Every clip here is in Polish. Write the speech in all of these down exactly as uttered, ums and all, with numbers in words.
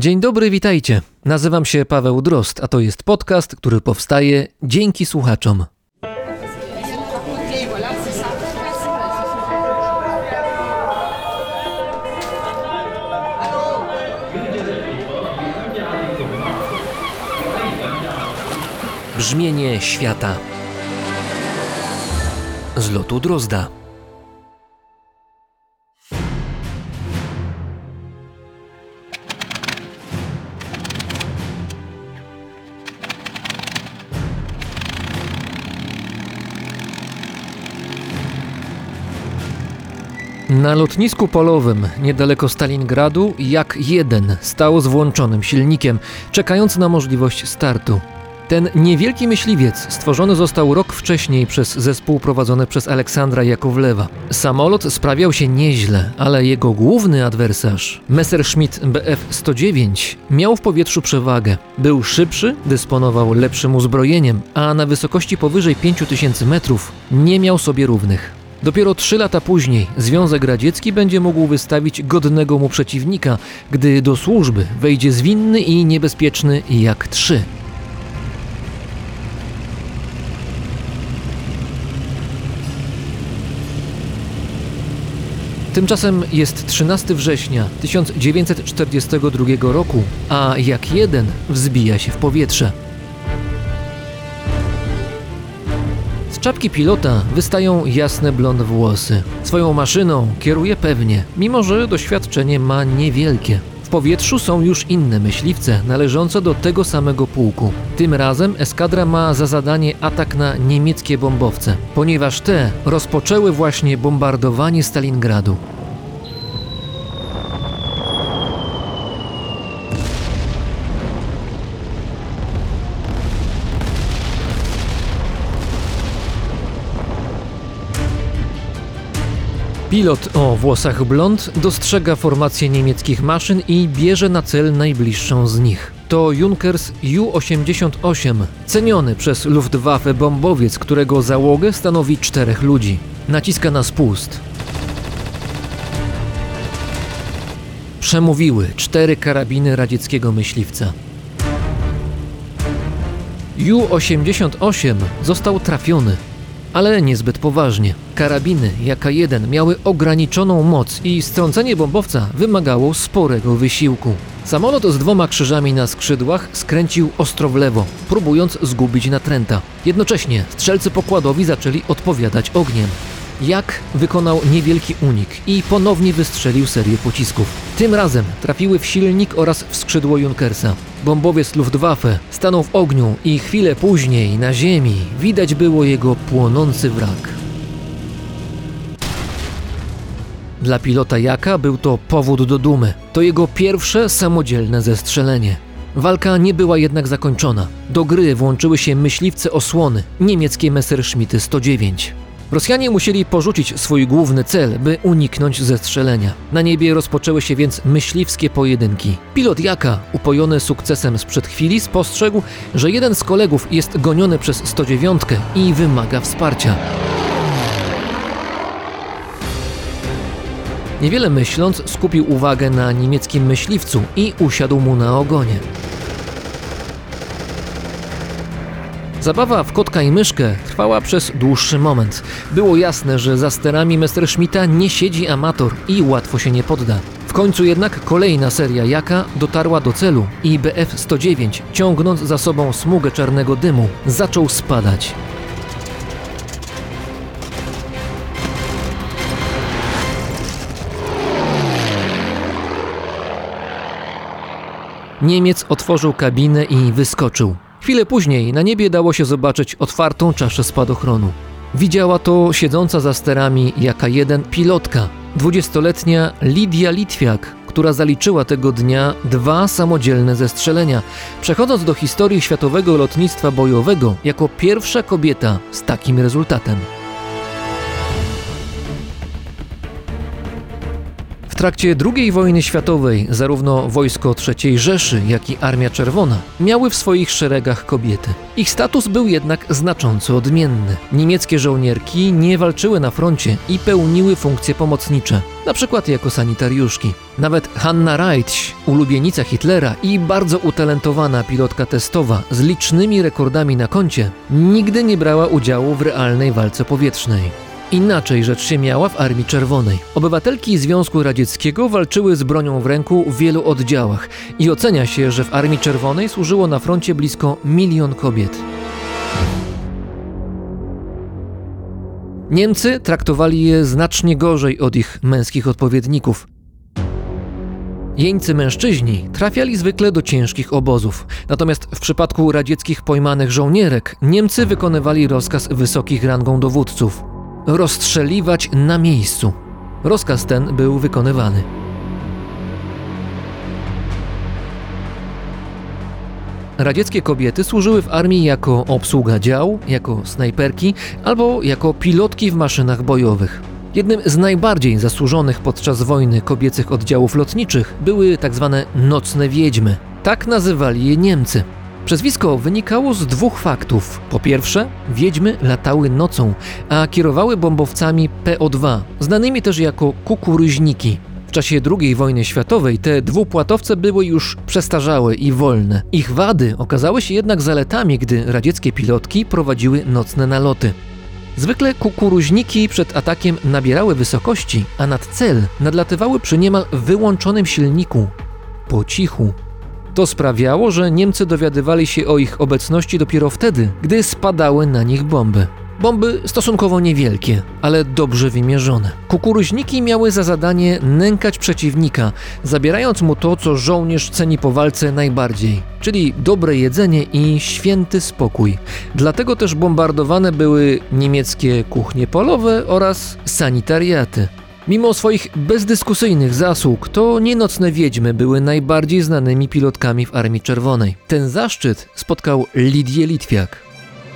Dzień dobry, witajcie. Nazywam się Paweł Drozd, a to jest podcast, który powstaje dzięki słuchaczom. Brzmienie świata z lotu Drozda. Na lotnisku polowym niedaleko Stalingradu Jak jeden stał z włączonym silnikiem, czekając na możliwość startu. Ten niewielki myśliwiec stworzony został rok wcześniej przez zespół prowadzony przez Aleksandra Jakowlewa. Samolot sprawiał się nieźle, ale jego główny adwersarz, Messerschmitt B F sto dziewięć, miał w powietrzu przewagę. Był szybszy, dysponował lepszym uzbrojeniem, a na wysokości powyżej pięciu tysięcy metrów nie miał sobie równych. Dopiero trzy lata później Związek Radziecki będzie mógł wystawić godnego mu przeciwnika, gdy do służby wejdzie zwinny i niebezpieczny Jak trzy. Tymczasem jest trzynastego września tysiąc dziewięćset czterdziestego drugiego roku, a Jak jeden wzbija się w powietrze. Z czapki pilota wystają jasne blond włosy. Swoją maszyną kieruje pewnie, mimo że doświadczenie ma niewielkie. W powietrzu są już inne myśliwce należące do tego samego pułku. Tym razem eskadra ma za zadanie atak na niemieckie bombowce, ponieważ te rozpoczęły właśnie bombardowanie Stalingradu. Pilot o włosach blond dostrzega formację niemieckich maszyn i bierze na cel najbliższą z nich. To Junkers Ju osiemdziesiąt osiem, ceniony przez Luftwaffe bombowiec, którego załogę stanowi czterech ludzi. Naciska na spust. Przemówiły cztery karabiny radzieckiego myśliwca. Ju osiemdziesiąt osiem został trafiony, ale niezbyt poważnie. Karabiny Jak jeden miały ograniczoną moc i strącenie bombowca wymagało sporego wysiłku. Samolot z dwoma krzyżami na skrzydłach skręcił ostro w lewo, próbując zgubić natręta. Jednocześnie strzelcy pokładowi zaczęli odpowiadać ogniem. Jak wykonał niewielki unik i ponownie wystrzelił serię pocisków. Tym razem trafiły w silnik oraz w skrzydło Junkersa. Bombowiec Luftwaffe stanął w ogniu i chwilę później na ziemi widać było jego płonący wrak. Dla pilota Jaka był to powód do dumy. To jego pierwsze samodzielne zestrzelenie. Walka nie była jednak zakończona. Do gry włączyły się myśliwce osłony, niemieckie Messerschmitty sto dziewięć. Rosjanie musieli porzucić swój główny cel, by uniknąć zestrzelenia. Na niebie rozpoczęły się więc myśliwskie pojedynki. Pilot Jaka, upojony sukcesem sprzed chwili, spostrzegł, że jeden z kolegów jest goniony przez sto dziewięć i wymaga wsparcia. Niewiele myśląc, skupił uwagę na niemieckim myśliwcu i usiadł mu na ogonie. Zabawa w kotka i myszkę trwała przez dłuższy moment. Było jasne, że za sterami Messerschmitta nie siedzi amator i łatwo się nie podda. W końcu jednak kolejna seria Jaka dotarła do celu i B F sto dziewięć, ciągnąc za sobą smugę czarnego dymu, zaczął spadać. Niemiec otworzył kabinę i wyskoczył. Chwilę później na niebie dało się zobaczyć otwartą czaszę spadochronu. Widziała to siedząca za sterami Jaka jeden pilotka, dwudziestoletnia Lidia Litwiak, która zaliczyła tego dnia dwa samodzielne zestrzelenia, przechodząc do historii światowego lotnictwa bojowego jako pierwsza kobieta z takim rezultatem. W trakcie drugiej wojny światowej zarówno wojsko trzeciej Rzeszy, jak i Armia Czerwona miały w swoich szeregach kobiety. Ich status był jednak znacząco odmienny. Niemieckie żołnierki nie walczyły na froncie i pełniły funkcje pomocnicze, na przykład jako sanitariuszki. Nawet Hanna Reitsch, ulubienica Hitlera i bardzo utalentowana pilotka testowa z licznymi rekordami na koncie, nigdy nie brała udziału w realnej walce powietrznej. Inaczej rzecz się miała w Armii Czerwonej. Obywatelki Związku Radzieckiego walczyły z bronią w ręku w wielu oddziałach i ocenia się, że w Armii Czerwonej służyło na froncie blisko milion kobiet. Niemcy traktowali je znacznie gorzej od ich męskich odpowiedników. Jeńcy mężczyźni trafiali zwykle do ciężkich obozów, natomiast w przypadku radzieckich pojmanych żołnierek Niemcy wykonywali rozkaz wysokich rangą dowódców: rozstrzeliwać na miejscu. Rozkaz ten był wykonywany. Radzieckie kobiety służyły w armii jako obsługa dział, jako snajperki albo jako pilotki w maszynach bojowych. Jednym z najbardziej zasłużonych podczas wojny kobiecych oddziałów lotniczych były tzw. nocne wiedźmy. Tak nazywali je Niemcy. Przezwisko wynikało z dwóch faktów. Po pierwsze, wiedźmy latały nocą, a kierowały bombowcami P O dwa, znanymi też jako kukuryźniki. W czasie drugiej wojny światowej te dwupłatowce były już przestarzałe i wolne. Ich wady okazały się jednak zaletami, gdy radzieckie pilotki prowadziły nocne naloty. Zwykle kukuruźniki przed atakiem nabierały wysokości, a nad cel nadlatywały przy niemal wyłączonym silniku, po cichu. To sprawiało, że Niemcy dowiadywali się o ich obecności dopiero wtedy, gdy spadały na nich bomby. Bomby stosunkowo niewielkie, ale dobrze wymierzone. Kukuryźniki miały za zadanie nękać przeciwnika, zabierając mu to, co żołnierz ceni po walce najbardziej, czyli dobre jedzenie i święty spokój. Dlatego też bombardowane były niemieckie kuchnie polowe oraz sanitariaty. Mimo swoich bezdyskusyjnych zasług, to nie nocne wiedźmy były najbardziej znanymi pilotkami w Armii Czerwonej. Ten zaszczyt spotkał Lidię Litwiak.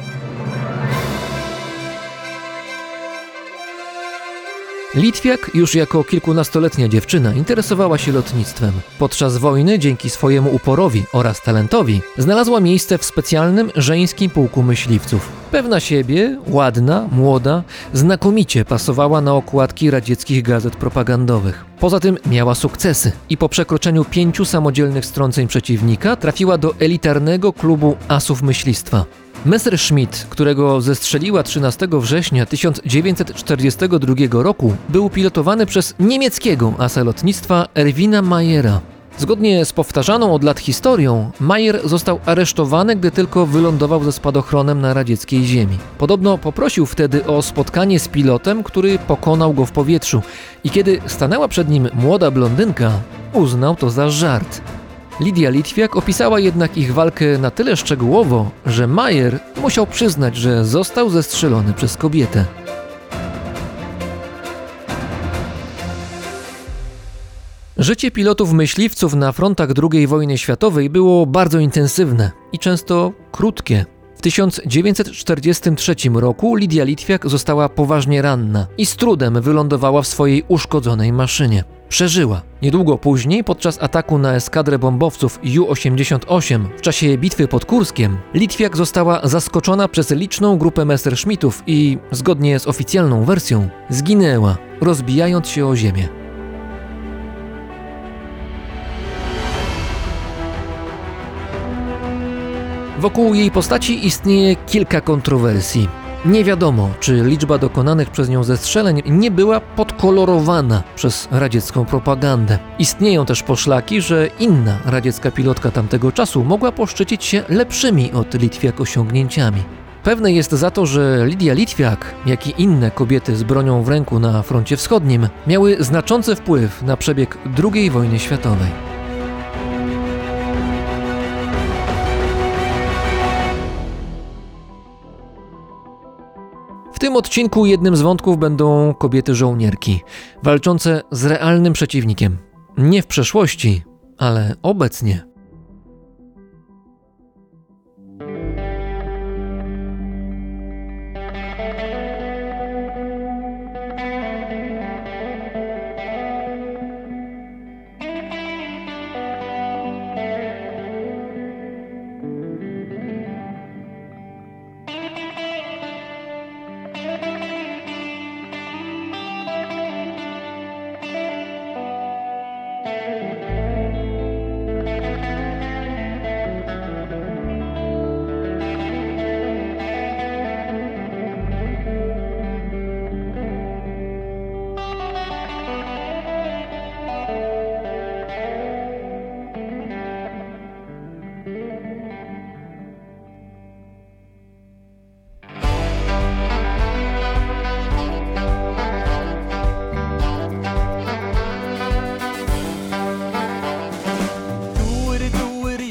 Litwiak już jako kilkunastoletnia dziewczyna interesowała się lotnictwem. Podczas wojny, dzięki swojemu uporowi oraz talentowi, znalazła miejsce w specjalnym żeńskim pułku myśliwców. Pewna siebie, ładna, młoda, znakomicie pasowała na okładki radzieckich gazet propagandowych. Poza tym miała sukcesy i po przekroczeniu pięciu samodzielnych strąceń przeciwnika trafiła do elitarnego klubu asów myślistwa. Messerschmitt, którego zestrzeliła trzynastego września tysiąc dziewięćset czterdziestego drugiego roku, był pilotowany przez niemieckiego asa lotnictwa Erwina Mayera. Zgodnie z powtarzaną od lat historią, Mayer został aresztowany, gdy tylko wylądował ze spadochronem na radzieckiej ziemi. Podobno poprosił wtedy o spotkanie z pilotem, który pokonał go w powietrzu, i kiedy stanęła przed nim młoda blondynka, uznał to za żart. Lidia Litwiak opisała jednak ich walkę na tyle szczegółowo, że Mayer musiał przyznać, że został zestrzelony przez kobietę. Życie pilotów myśliwców na frontach drugiej wojny światowej było bardzo intensywne i często krótkie. W tysiąc dziewięćset czterdziestym trzecim roku Lidia Litwiak została poważnie ranna i z trudem wylądowała w swojej uszkodzonej maszynie. Przeżyła. Niedługo później, podczas ataku na eskadrę bombowców Ju osiemdziesiąt osiem w czasie bitwy pod Kurskiem, Litwiak została zaskoczona przez liczną grupę Messerschmittów i, zgodnie z oficjalną wersją, zginęła, rozbijając się o ziemię. Wokół jej postaci istnieje kilka kontrowersji. Nie wiadomo, czy liczba dokonanych przez nią zestrzeleń nie była podkolorowana przez radziecką propagandę. Istnieją też poszlaki, że inna radziecka pilotka tamtego czasu mogła poszczycić się lepszymi od Litwiak osiągnięciami. Pewne jest za to, że Lidia Litwiak, jak i inne kobiety z bronią w ręku na froncie wschodnim, miały znaczący wpływ na przebieg drugiej wojny światowej. W tym odcinku jednym z wątków będą kobiety żołnierki, walczące z realnym przeciwnikiem. Nie w przeszłości, ale obecnie.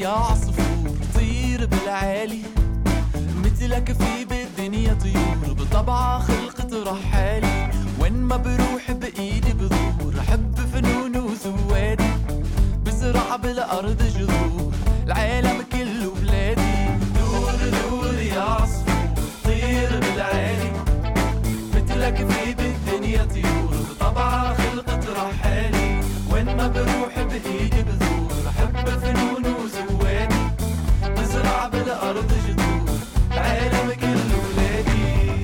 يا عصفور طير بالعالي مثلك في بالدنيا طيور بطبعها خلقت رحالي وين ما بروح بإيدي بذور حب فنون وزوادي بزرع بالأرض جذور العالم كله بلادي دور دور يا عصفور طير بالعالي مثلك في بالدنيا طيور بطبعها خلقت رحالي وين ما بروح بإيدي بذور حب فنون وزوادي بزرع بالأرض جذور العالم كله ولادي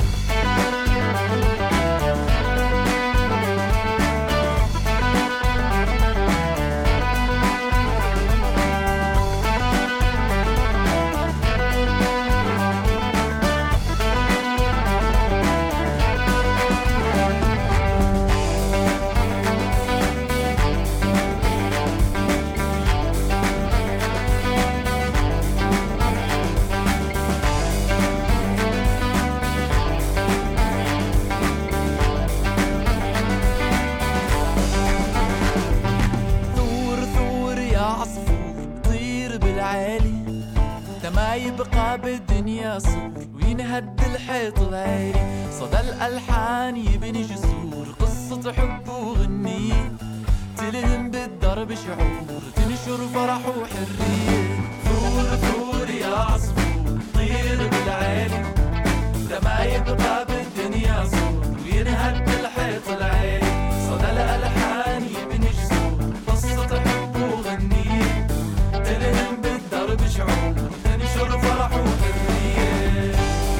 ما يبقى بالدنيا صور وينهد الحيط العالي صدى الألحان يبني جسور قصة حب وغنية تلهم بالدرب شعور تنشر فرح وحرية ثور ثور يا عصفور طير بالعالي ده ما يبقى بالدنيا صور وينهد الحيط العالي صدى الألحان يبني جسور قصة حب وغنية تلهم بالدرب شعور تنشر فرح وحرية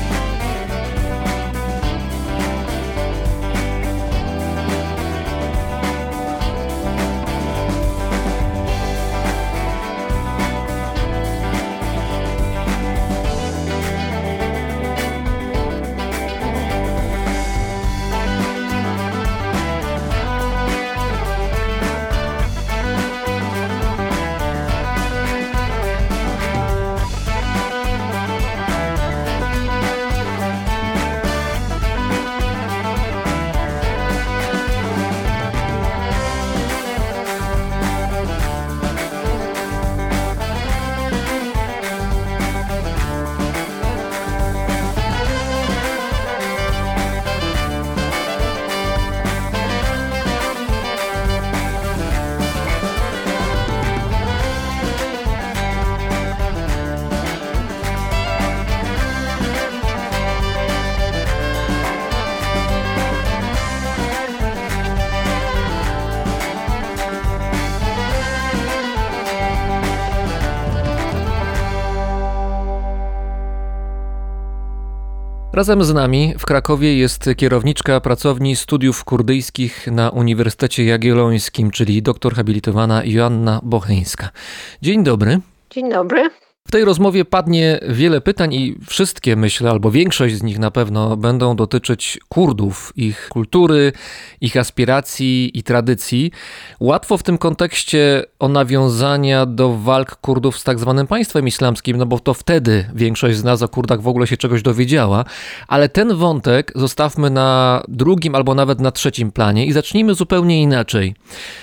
Razem z nami w Krakowie jest kierowniczka pracowni studiów kurdyjskich na Uniwersytecie Jagiellońskim, czyli doktor habilitowana Joanna Bocheńska. Dzień dobry. Dzień dobry. W tej rozmowie padnie wiele pytań i wszystkie, myślę, albo większość z nich na pewno będą dotyczyć Kurdów, ich kultury, ich aspiracji i tradycji. Łatwo w tym kontekście o nawiązania do walk Kurdów z tak zwanym państwem islamskim, no bo to wtedy większość z nas o Kurdach w ogóle się czegoś dowiedziała, ale ten wątek zostawmy na drugim albo nawet na trzecim planie i zacznijmy zupełnie inaczej.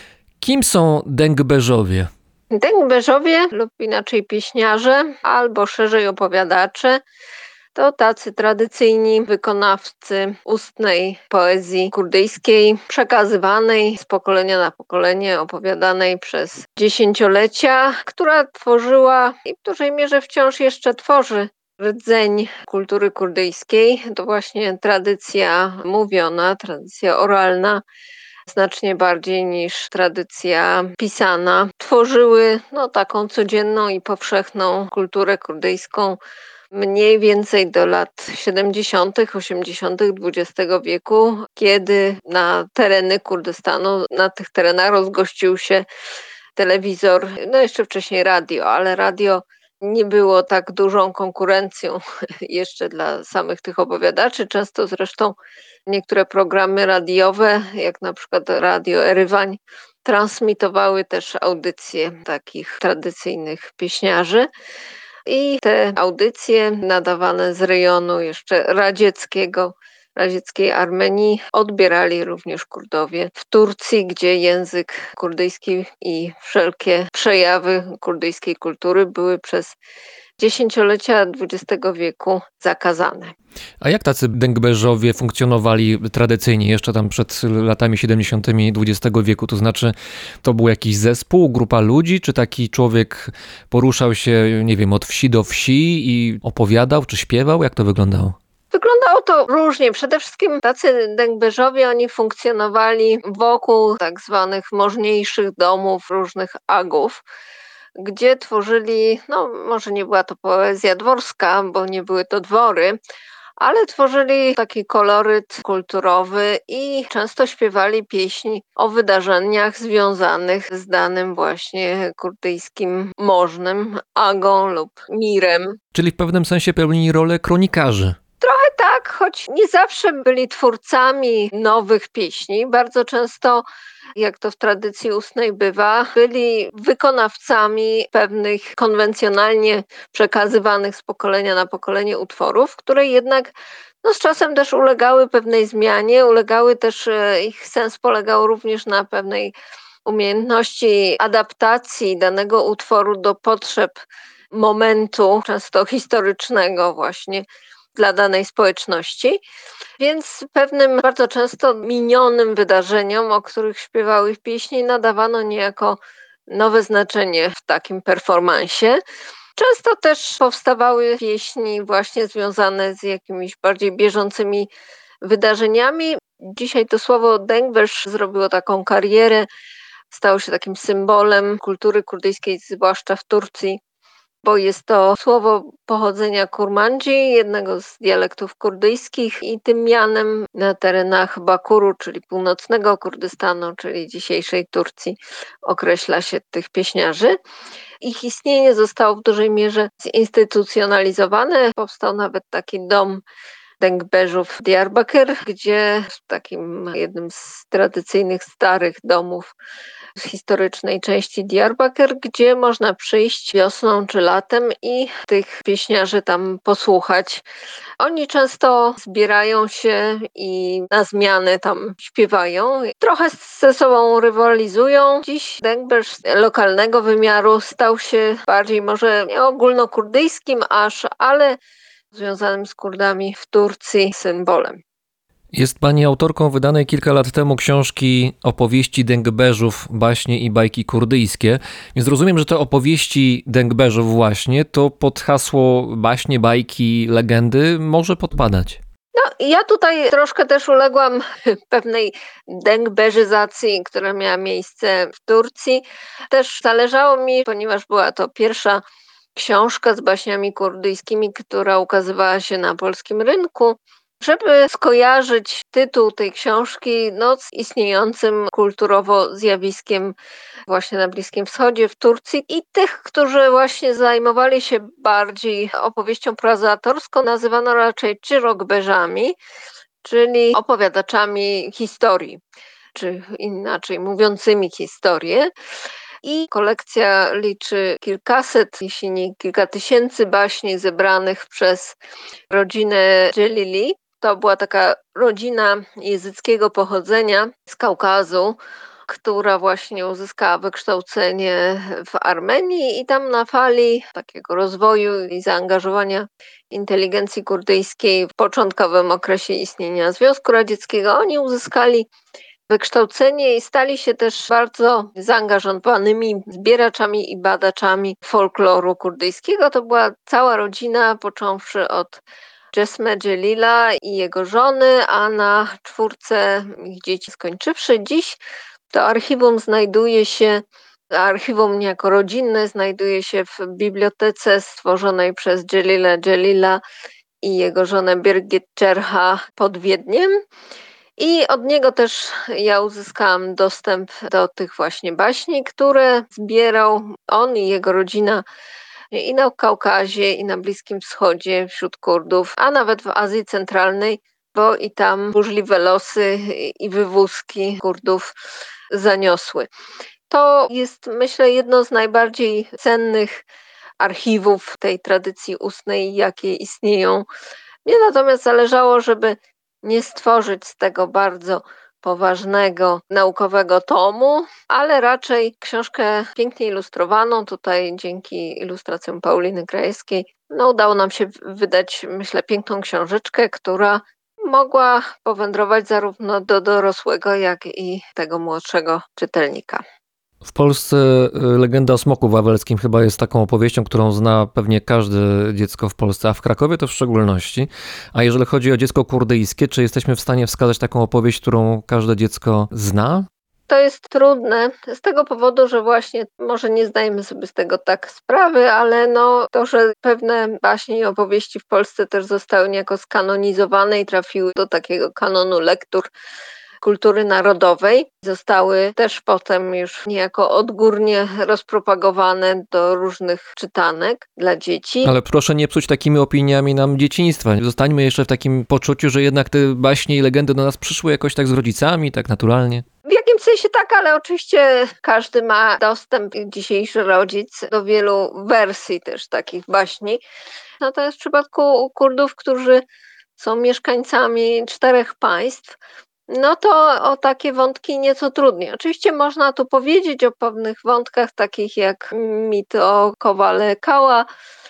Kim są Dengbeżowie? Dengbeżowie lub inaczej pieśniarze albo szerzej opowiadacze to tacy tradycyjni wykonawcy ustnej poezji kurdyjskiej, przekazywanej z pokolenia na pokolenie, opowiadanej przez dziesięciolecia, która tworzyła i w dużej mierze wciąż jeszcze tworzy rdzeń kultury kurdyjskiej. To właśnie tradycja mówiona, tradycja oralna, znacznie bardziej niż tradycja pisana, tworzyły no, taką codzienną i powszechną kulturę kurdyjską mniej więcej do lat siedemdziesiątych, osiemdziesiątych dwudziestego wieku, kiedy na tereny Kurdystanu, na tych terenach rozgościł się telewizor, no jeszcze wcześniej radio, ale radio nie było tak dużą konkurencją jeszcze dla samych tych opowiadaczy. Często zresztą niektóre programy radiowe, jak na przykład Radio Erywań, transmitowały też audycje takich tradycyjnych pieśniarzy. I te audycje nadawane z rejonu jeszcze radzieckiego radzieckiej Armenii odbierali również Kurdowie w Turcji, gdzie język kurdyjski i wszelkie przejawy kurdyjskiej kultury były przez dziesięciolecia dwudziestego wieku zakazane. A jak tacy Dęgberzowie funkcjonowali tradycyjnie, jeszcze tam przed latami siedemdziesiątymi dwudziestego wieku? To znaczy, to był jakiś zespół, grupa ludzi, czy taki człowiek poruszał się, nie wiem, od wsi do wsi i opowiadał, czy śpiewał? Jak to wyglądało? Wyglądało to różnie. Przede wszystkim tacy Dęgberzowie, oni funkcjonowali wokół tak zwanych możniejszych domów, różnych agów, gdzie tworzyli, no może nie była to poezja dworska, bo nie były to dwory, ale tworzyli taki koloryt kulturowy i często śpiewali pieśni o wydarzeniach związanych z danym właśnie kurdyjskim możnym agą lub mirem. Czyli w pewnym sensie pełnili rolę kronikarzy. Tak, choć nie zawsze byli twórcami nowych pieśni. Bardzo często, jak to w tradycji ustnej bywa, byli wykonawcami pewnych konwencjonalnie przekazywanych z pokolenia na pokolenie utworów, które jednak no, z czasem też ulegały pewnej zmianie, ulegały też, e, ich sens polegał również na pewnej umiejętności adaptacji danego utworu do potrzeb momentu, często historycznego właśnie dla danej społeczności, więc pewnym bardzo często minionym wydarzeniom, o których śpiewały w pieśni, nadawano niejako nowe znaczenie w takim performansie. Często też powstawały pieśni właśnie związane z jakimiś bardziej bieżącymi wydarzeniami. Dzisiaj to słowo Dęgberz zrobiło taką karierę, stało się takim symbolem kultury kurdyjskiej, zwłaszcza w Turcji, bo jest to słowo pochodzenia kurmandzi, jednego z dialektów kurdyjskich, i tym mianem na terenach Bakuru, czyli północnego Kurdystanu, czyli dzisiejszej Turcji, określa się tych pieśniarzy. Ich istnienie zostało w dużej mierze zinstytucjonalizowane. Powstał nawet taki dom Dęgberzów w Diyarbakır, gdzie w takim jednym z tradycyjnych starych domów z historycznej części Diyarbakır, gdzie można przyjść wiosną czy latem i tych pieśniarzy tam posłuchać. Oni często zbierają się i na zmiany tam śpiewają. Trochę ze sobą rywalizują. Dziś Dęgberz lokalnego wymiaru stał się bardziej może nie ogólnokurdyjskim aż, ale związanym z Kurdami w Turcji symbolem. Jest pani autorką wydanej kilka lat temu książki Opowieści Dęgberzów, baśnie i bajki kurdyjskie, więc rozumiem, że te opowieści Dęgberzów właśnie to pod hasło baśnie, bajki, legendy może podpadać. No, ja tutaj troszkę też uległam pewnej dęgberzyzacji, która miała miejsce w Turcji. Też zależało mi, ponieważ była to pierwsza książka z baśniami kurdyjskimi, która ukazywała się na polskim rynku, żeby skojarzyć tytuł tej książki no, z istniejącym kulturowo zjawiskiem właśnie na Bliskim Wschodzie, w Turcji, i tych, którzy właśnie zajmowali się bardziej opowieścią prozatorską, nazywano raczej czirokberzami, czyli opowiadaczami historii, czy inaczej mówiącymi historię. I kolekcja liczy kilkaset, jeśli nie kilka tysięcy baśni zebranych przez rodzinę Dżelili. To była taka rodzina jezyckiego pochodzenia z Kaukazu, która właśnie uzyskała wykształcenie w Armenii i tam na fali takiego rozwoju i zaangażowania inteligencji kurdyjskiej w początkowym okresie istnienia Związku Radzieckiego oni uzyskali wykształcenie i stali się też bardzo zaangażowanymi zbieraczami i badaczami folkloru kurdyjskiego. To była cała rodzina, począwszy od Jesme Celila i jego żony, a na czwórce ich dzieci skończywszy. Dziś to archiwum znajduje się, archiwum jako rodzinne znajduje się w bibliotece stworzonej przez Celila Celila i jego żonę Birgit Czercha pod Wiedniem. I od niego też ja uzyskałam dostęp do tych właśnie baśni, które zbierał on i jego rodzina i na Kaukazie, i na Bliskim Wschodzie wśród Kurdów, a nawet w Azji Centralnej, bo i tam burzliwe losy i wywózki Kurdów zaniosły. To jest, myślę, jedno z najbardziej cennych archiwów tej tradycji ustnej, jakie istnieją. Mnie natomiast zależało, żeby nie stworzyć z tego bardzo poważnego naukowego tomu, ale raczej książkę pięknie ilustrowaną. Tutaj dzięki ilustracjom Pauliny Krajewskiej no, udało nam się wydać, myślę, piękną książeczkę, która mogła powędrować zarówno do dorosłego, jak i tego młodszego czytelnika. W Polsce y, legenda o smoku wawelskim chyba jest taką opowieścią, którą zna pewnie każde dziecko w Polsce, a w Krakowie to w szczególności. A jeżeli chodzi o dziecko kurdyjskie, czy jesteśmy w stanie wskazać taką opowieść, którą każde dziecko zna? To jest trudne z tego powodu, że właśnie może nie zdajemy sobie z tego tak sprawy, ale no to, że pewne baśnie i opowieści w Polsce też zostały niejako skanonizowane i trafiły do takiego kanonu lektur kultury narodowej, zostały też potem już niejako odgórnie rozpropagowane do różnych czytanek dla dzieci. Ale proszę nie psuć takimi opiniami nam dzieciństwa. Zostańmy jeszcze w takim poczuciu, że jednak te baśnie i legendy do nas przyszły jakoś tak z rodzicami, tak naturalnie. W jakimś sensie tak, ale oczywiście każdy ma dostęp, dzisiejszy rodzic, do wielu wersji też takich baśni. Natomiast w przypadku Kurdów, którzy są mieszkańcami czterech państw, no to o takie wątki nieco trudniej. Oczywiście można tu powiedzieć o pewnych wątkach, takich jak mit o Kowale Kała,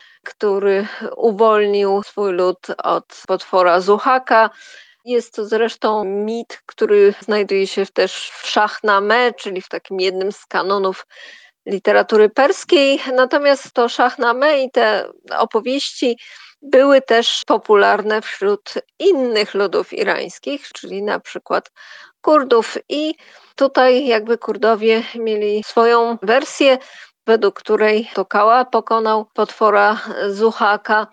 który uwolnił swój lud od potwora Zuhaka. Jest to zresztą mit, który znajduje się też w Szahnameh, czyli w takim jednym z kanonów literatury perskiej. Natomiast to Szahnameh i te opowieści były też popularne wśród innych ludów irańskich, czyli na przykład Kurdów. I tutaj jakby Kurdowie mieli swoją wersję, według której to Kała pokonał potwora Zuhaka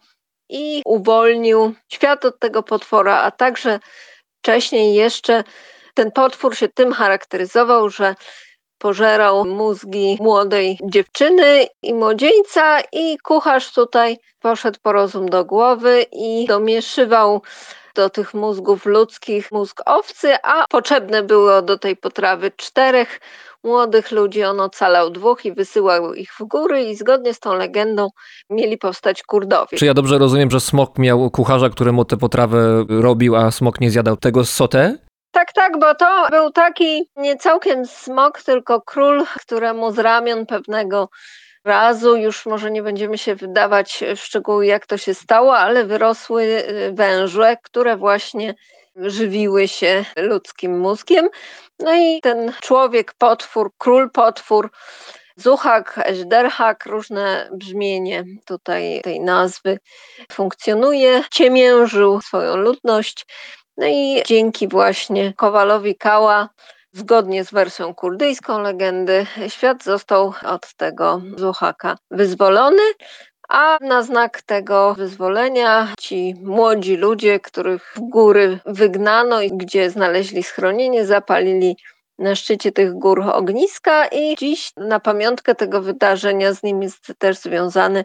i uwolnił świat od tego potwora, a także wcześniej jeszcze ten potwór się tym charakteryzował, że pożerał mózgi młodej dziewczyny i młodzieńca i kucharz tutaj poszedł po rozum do głowy i domieszywał do tych mózgów ludzkich mózg owcy, a potrzebne było do tej potrawy czterech młodych ludzi. On ocalał dwóch i wysyłał ich w góry i zgodnie z tą legendą mieli powstać Kurdowie. Czy ja dobrze rozumiem, że smok miał kucharza, któremu tę potrawę robił, a smok nie zjadał tego sauté? Tak, tak, bo to był taki nie całkiem smok, tylko król, któremu z ramion pewnego razu, już może nie będziemy się wdawać w szczegóły, jak to się stało, ale wyrosły węże, które właśnie żywiły się ludzkim mózgiem. No i ten człowiek, potwór, król potwór, Zuhak, Ejderhak, różne brzmienie tutaj tej nazwy funkcjonuje, ciemiężył swoją ludność. No i dzięki właśnie Kowalowi Kała, zgodnie z wersją kurdyjską legendy, świat został od tego Zuhaka wyzwolony, a na znak tego wyzwolenia ci młodzi ludzie, których w góry wygnano i gdzie znaleźli schronienie, zapalili na szczycie tych gór ogniska i dziś na pamiątkę tego wydarzenia z nim jest też związane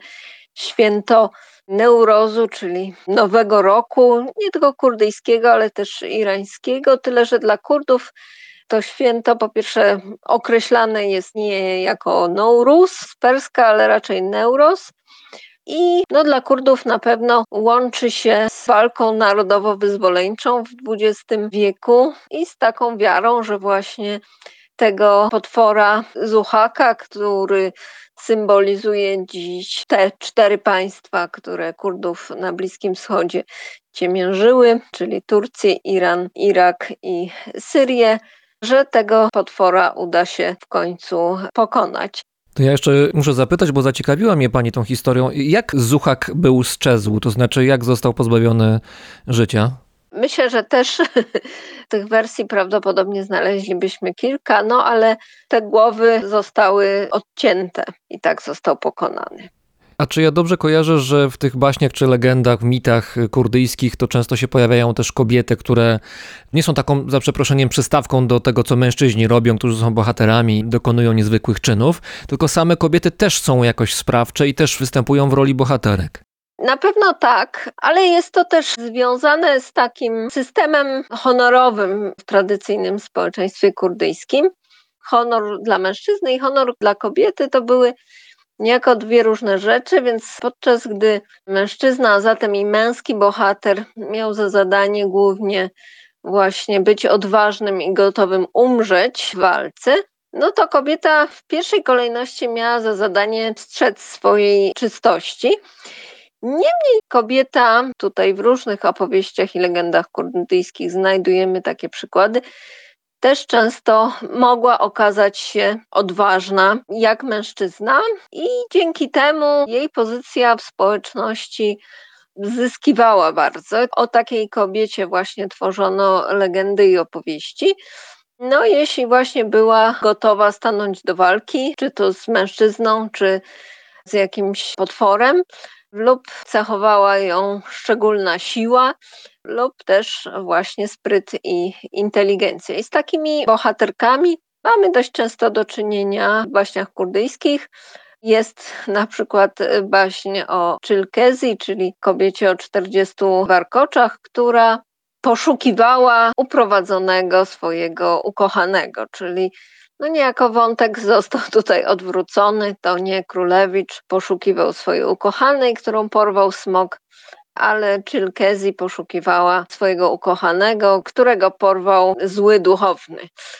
święto Neurozu, czyli Nowego Roku, nie tylko kurdyjskiego, ale też irańskiego, tyle że dla Kurdów to święto po pierwsze określane jest nie jako Nowruz z perska, ale raczej Neuroz. I no, dla Kurdów na pewno łączy się z walką narodowo-wyzwoleńczą w dwudziestym wieku i z taką wiarą, że właśnie tego potwora Zuhaka, który symbolizuje dziś te cztery państwa, które Kurdów na Bliskim Wschodzie ciemiężyły, czyli Turcję, Iran, Irak i Syrię, że tego potwora uda się w końcu pokonać. To ja jeszcze muszę zapytać, bo zaciekawiła mnie pani tą historią. Jak Zuhak był sczezł? To znaczy, jak został pozbawiony życia? Myślę, że też tych wersji prawdopodobnie znaleźlibyśmy kilka, no ale te głowy zostały odcięte i tak został pokonany. A czy ja dobrze kojarzę, że w tych baśniach czy legendach, mitach kurdyjskich to często się pojawiają też kobiety, które nie są taką, za przeproszeniem, przystawką do tego, co mężczyźni robią, którzy są bohaterami, dokonują niezwykłych czynów, tylko same kobiety też są jakoś sprawcze i też występują w roli bohaterek? Na pewno tak, ale jest to też związane z takim systemem honorowym w tradycyjnym społeczeństwie kurdyjskim. Honor dla mężczyzny i honor dla kobiety to były niejako dwie różne rzeczy, więc podczas gdy mężczyzna, a zatem i męski bohater miał za zadanie głównie właśnie być odważnym i gotowym umrzeć w walce, no to kobieta w pierwszej kolejności miała za zadanie strzec swojej czystości. Niemniej kobieta, tutaj w różnych opowieściach i legendach kurdyjskich znajdujemy takie przykłady, też często mogła okazać się odważna jak mężczyzna i dzięki temu jej pozycja w społeczności zyskiwała bardzo. O takiej kobiecie właśnie tworzono legendy i opowieści. No, jeśli właśnie była gotowa stanąć do walki, czy to z mężczyzną, czy z jakimś potworem, lub cechowała ją szczególna siła, lub też właśnie spryt i inteligencja. I z takimi bohaterkami mamy dość często do czynienia w baśniach kurdyjskich. Jest na przykład baśń o Czylkezji, czyli kobiecie o czterdziestu warkoczach, która poszukiwała uprowadzonego swojego ukochanego, czyli no niejako wątek został tutaj odwrócony. To nie królewicz poszukiwał swojej ukochanej, którą porwał smok, ale Czylkezji poszukiwała swojego ukochanego, którego porwał zły duchowny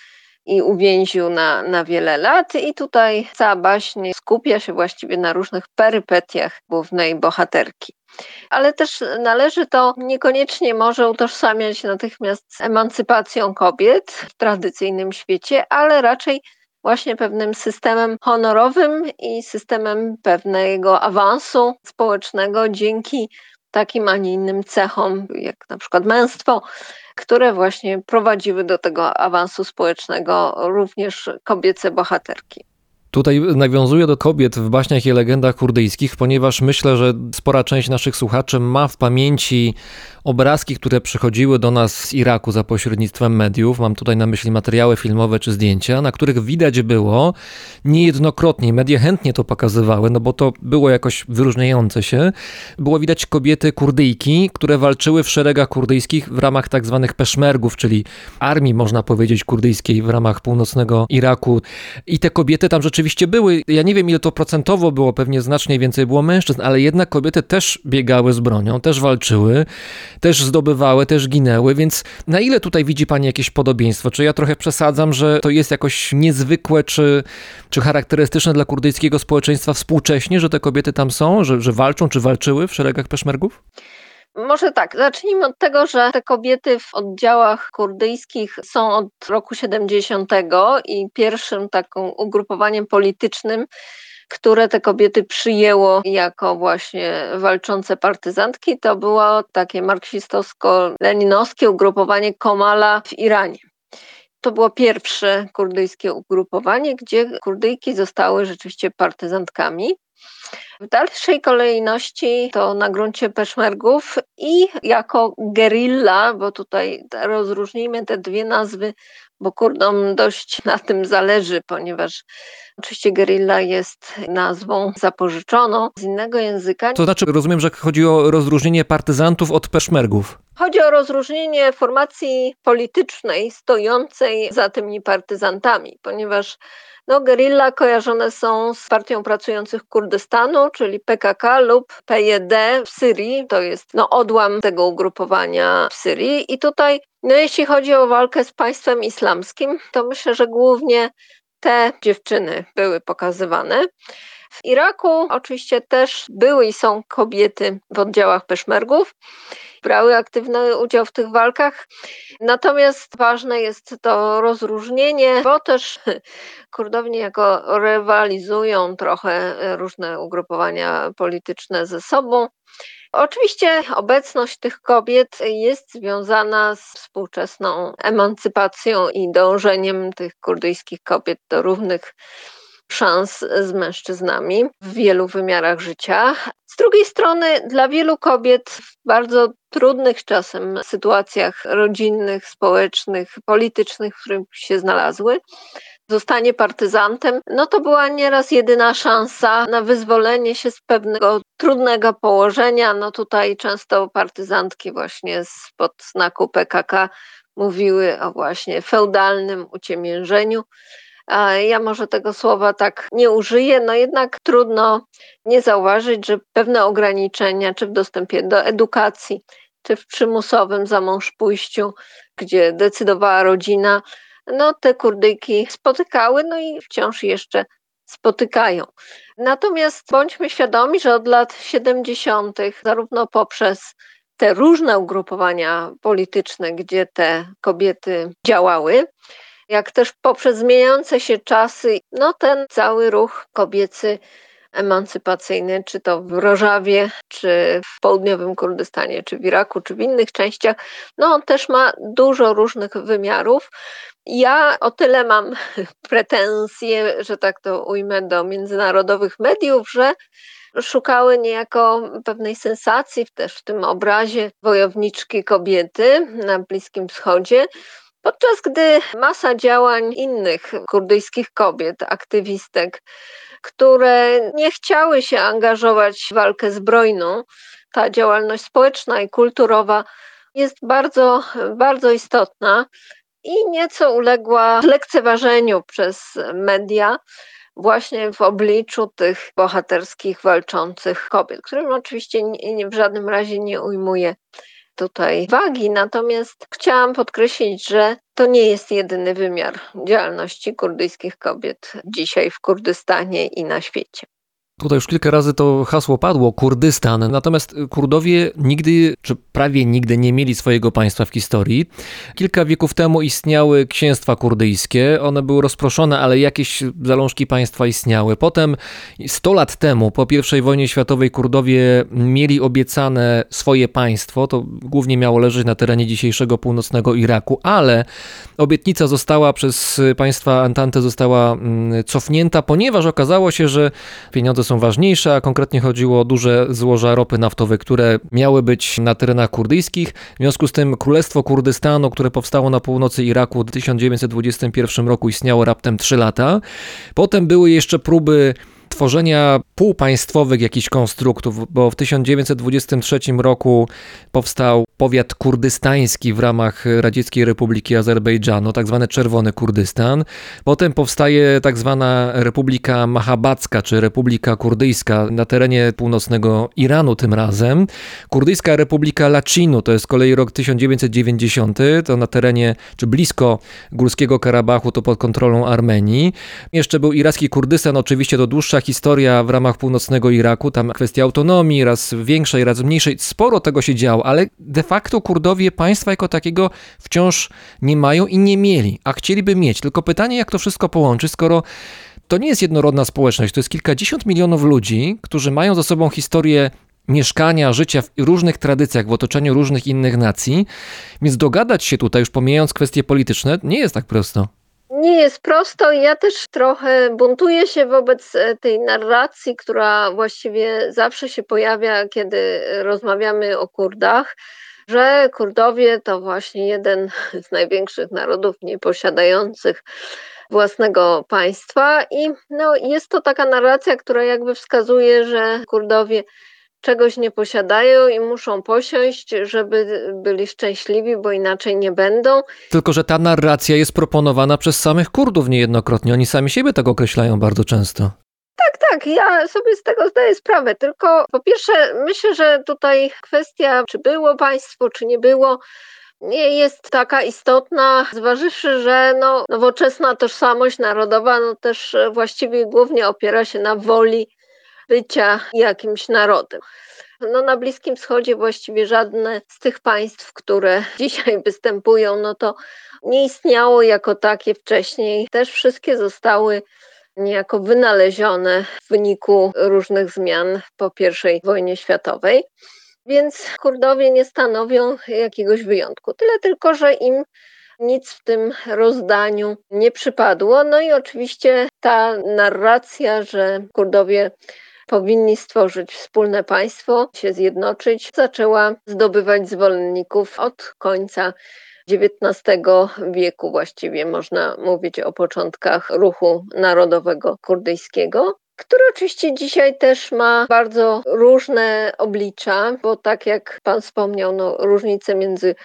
i uwięził na, na wiele lat. I tutaj cała baśń skupia się właściwie na różnych perypetiach głównej bohaterki. Ale też należy to niekoniecznie może utożsamiać natychmiast z emancypacją kobiet w tradycyjnym świecie, ale raczej właśnie pewnym systemem honorowym i systemem pewnego awansu społecznego dzięki takim, a nie innym cechom, jak na przykład męstwo, które właśnie prowadziły do tego awansu społecznego również kobiece bohaterki. Tutaj nawiązuję do kobiet w baśniach i legendach kurdyjskich, ponieważ myślę, że spora część naszych słuchaczy ma w pamięci obrazki, które przychodziły do nas z Iraku za pośrednictwem mediów. Mam tutaj na myśli materiały filmowe czy zdjęcia, na których widać było niejednokrotnie, media chętnie to pokazywały, no bo to było jakoś wyróżniające się. Było widać kobiety kurdyjki, które walczyły w szeregach kurdyjskich w ramach tak zwanych peszmergów, czyli armii, można powiedzieć, kurdyjskiej w ramach północnego Iraku. I te kobiety tam rzeczywiście były. Ja nie wiem, ile to procentowo było, pewnie znacznie więcej było mężczyzn, ale jednak kobiety też biegały z bronią, też walczyły, też zdobywały, też ginęły, więc na ile tutaj widzi pani jakieś podobieństwo? Czy ja trochę przesadzam, że to jest jakoś niezwykłe, czy, czy charakterystyczne dla kurdyjskiego społeczeństwa współcześnie, że te kobiety tam są, że, że walczą, czy walczyły w szeregach peszmergów? Może tak, zacznijmy od tego, że te kobiety w oddziałach kurdyjskich są od roku siedemdziesiątego i pierwszym takim ugrupowaniem politycznym, które te kobiety przyjęło jako właśnie walczące partyzantki, to było takie marksistowsko-leninowskie ugrupowanie Komala w Iranie. To było pierwsze kurdyjskie ugrupowanie, gdzie Kurdyjki zostały rzeczywiście partyzantkami. W dalszej kolejności to na gruncie peszmergów i jako gerilla, bo tutaj rozróżnijmy te dwie nazwy, bo Kurdom dość na tym zależy, ponieważ oczywiście gerilla jest nazwą zapożyczoną z innego języka. To znaczy, rozumiem, że chodzi o rozróżnienie partyzantów od peszmergów. Chodzi o rozróżnienie formacji politycznej stojącej za tymi partyzantami, ponieważ no, gerilla kojarzone są z Partią Pracujących Kurdystanu, czyli P K K lub P Y D w Syrii. To jest no, odłam tego ugrupowania w Syrii. I tutaj, no, jeśli chodzi o walkę z państwem islamskim, to myślę, że głównie te dziewczyny były pokazywane. W Iraku oczywiście też były i są kobiety w oddziałach peszmergów, brały aktywny udział w tych walkach. Natomiast ważne jest to rozróżnienie, bo też Kurdowie jako rywalizują trochę różne ugrupowania polityczne ze sobą. Oczywiście obecność tych kobiet jest związana z współczesną emancypacją i dążeniem tych kurdyjskich kobiet do równych szans z mężczyznami w wielu wymiarach życia. Z drugiej strony dla wielu kobiet w bardzo trudnych czasem sytuacjach rodzinnych, społecznych, politycznych, w których się znalazły, zostanie partyzantem, no to była nieraz jedyna szansa na wyzwolenie się z pewnego trudnego położenia. No tutaj często partyzantki właśnie spod znaku P K K mówiły o właśnie feudalnym uciemiężeniu. A ja może tego słowa tak nie użyję, no jednak trudno nie zauważyć, że pewne ograniczenia, czy w dostępie do edukacji, czy w przymusowym zamążpójściu, gdzie decydowała rodzina, no te Kurdyjki spotykały, no i wciąż jeszcze spotykają. Natomiast bądźmy świadomi, że od lat siedemdziesiątych zarówno poprzez te różne ugrupowania polityczne, gdzie te kobiety działały, jak też poprzez zmieniające się czasy, no ten cały ruch kobiecy emancypacyjny, czy to w Rożawie, czy w południowym Kurdystanie, czy w Iraku, czy w innych częściach, no on też ma dużo różnych wymiarów. Ja o tyle mam pretensje, że tak to ujmę, do międzynarodowych mediów, że szukały niejako pewnej sensacji też w tym obrazie wojowniczki kobiety na Bliskim Wschodzie, podczas gdy masa działań innych kurdyjskich kobiet, aktywistek, które nie chciały się angażować w walkę zbrojną, ta działalność społeczna i kulturowa jest bardzo, bardzo istotna i nieco uległa lekceważeniu przez media właśnie w obliczu tych bohaterskich, walczących kobiet, którym oczywiście nie, nie, w żadnym razie nie ujmuję tutaj wagi, natomiast chciałam podkreślić, że to nie jest jedyny wymiar działalności kurdyjskich kobiet dzisiaj w Kurdystanie i na świecie. Tutaj już kilka razy to hasło padło, Kurdystan, natomiast Kurdowie nigdy, czy prawie nigdy nie mieli swojego państwa w historii. Kilka wieków temu istniały księstwa kurdyjskie, one były rozproszone, ale jakieś zalążki państwa istniały. Potem sto lat temu, po pierwszej wojnie światowej, Kurdowie mieli obiecane swoje państwo, to głównie miało leżeć na terenie dzisiejszego północnego Iraku, ale obietnica została przez państwa Entente została cofnięta, ponieważ okazało się, że pieniądze są ważniejsze, a konkretnie chodziło o duże złoża ropy naftowej, które miały być na terenach kurdyjskich. W związku z tym Królestwo Kurdystanu, które powstało na północy Iraku w tysiąc dziewięćset dwudziestym pierwszym roku, istniało raptem trzy lata. Potem były jeszcze próby tworzenia półpaństwowych jakichś konstruktów, bo w tysiąc dziewięćset dwudziestym trzecim roku powstał powiat kurdystański w ramach Radzieckiej Republiki Azerbejdżanu, tak zwany Czerwony Kurdystan. Potem powstaje tak zwana Republika Mahabadzka, czy Republika Kurdyjska na terenie północnego Iranu tym razem. Kurdyjska Republika Lacinu, to jest z kolei rok tysiąc dziewięćset dziewięćdziesiąty, to na terenie, czy blisko Górskiego Karabachu, to pod kontrolą Armenii. Jeszcze był iracki Kurdystan, oczywiście to dłuższa historia w ramach północnego Iraku, tam kwestia autonomii, raz większej, raz mniejszej, sporo tego się działo, ale de facto Kurdowie państwa jako takiego wciąż nie mają i nie mieli, a chcieliby mieć. Tylko pytanie, jak to wszystko połączyć, skoro to nie jest jednorodna społeczność, to jest kilkadziesiąt milionów ludzi, którzy mają za sobą historię mieszkania, życia w różnych tradycjach, w otoczeniu różnych innych nacji, więc dogadać się tutaj, już pomijając kwestie polityczne, nie jest tak prosto. Nie jest prosto i ja też trochę buntuję się wobec tej narracji, która właściwie zawsze się pojawia, kiedy rozmawiamy o Kurdach, że Kurdowie to właśnie jeden z największych narodów nieposiadających własnego państwa i no, jest to taka narracja, która jakby wskazuje, że Kurdowie czegoś nie posiadają i muszą posiąść, żeby byli szczęśliwi, bo inaczej nie będą. Tylko że ta narracja jest proponowana przez samych Kurdów niejednokrotnie. Oni sami siebie tak określają bardzo często. Tak, tak, ja sobie z tego zdaję sprawę, tylko po pierwsze myślę, że tutaj kwestia, czy było państwo, czy nie było, nie jest taka istotna, zważywszy, że no, nowoczesna tożsamość narodowa no, też właściwie głównie opiera się na woli bycia jakimś narodem. No, na Bliskim Wschodzie właściwie żadne z tych państw, które dzisiaj występują, no to nie istniało jako takie wcześniej. Też wszystkie zostały niejako wynalezione w wyniku różnych zmian po pierwszej wojnie światowej. Więc Kurdowie nie stanowią jakiegoś wyjątku. Tyle tylko, że im nic w tym rozdaniu nie przypadło. No i oczywiście ta narracja, że Kurdowie powinni stworzyć wspólne państwo, się zjednoczyć, zaczęła zdobywać zwolenników od końca dziewiętnastego wieku. Właściwie można mówić o początkach ruchu narodowego kurdyjskiego, który oczywiście dzisiaj też ma bardzo różne oblicza, bo tak jak pan wspomniał, no, różnice między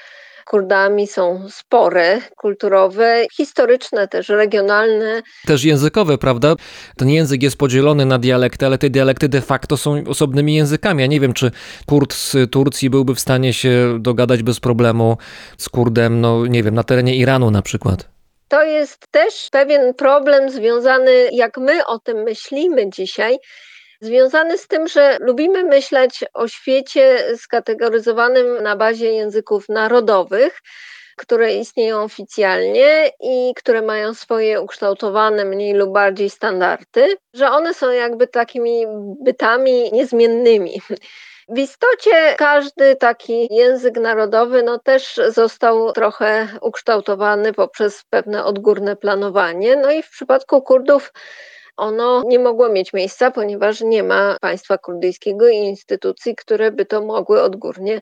Kurdami są spore, kulturowe, historyczne też, regionalne. Też językowe, prawda? Ten język jest podzielony na dialekty, ale te dialekty de facto są osobnymi językami. Ja nie wiem, czy Kurd z Turcji byłby w stanie się dogadać bez problemu z Kurdem, no nie wiem, na terenie Iranu na przykład. To jest też pewien problem związany, jak my o tym myślimy dzisiaj, związany z tym, że lubimy myśleć o świecie skategoryzowanym na bazie języków narodowych, które istnieją oficjalnie i które mają swoje ukształtowane mniej lub bardziej standardy, że one są jakby takimi bytami niezmiennymi. W istocie każdy taki język narodowy no też został trochę ukształtowany poprzez pewne odgórne planowanie. No i w przypadku Kurdów ono nie mogło mieć miejsca, ponieważ nie ma państwa kurdyjskiego i instytucji, które by to mogły odgórnie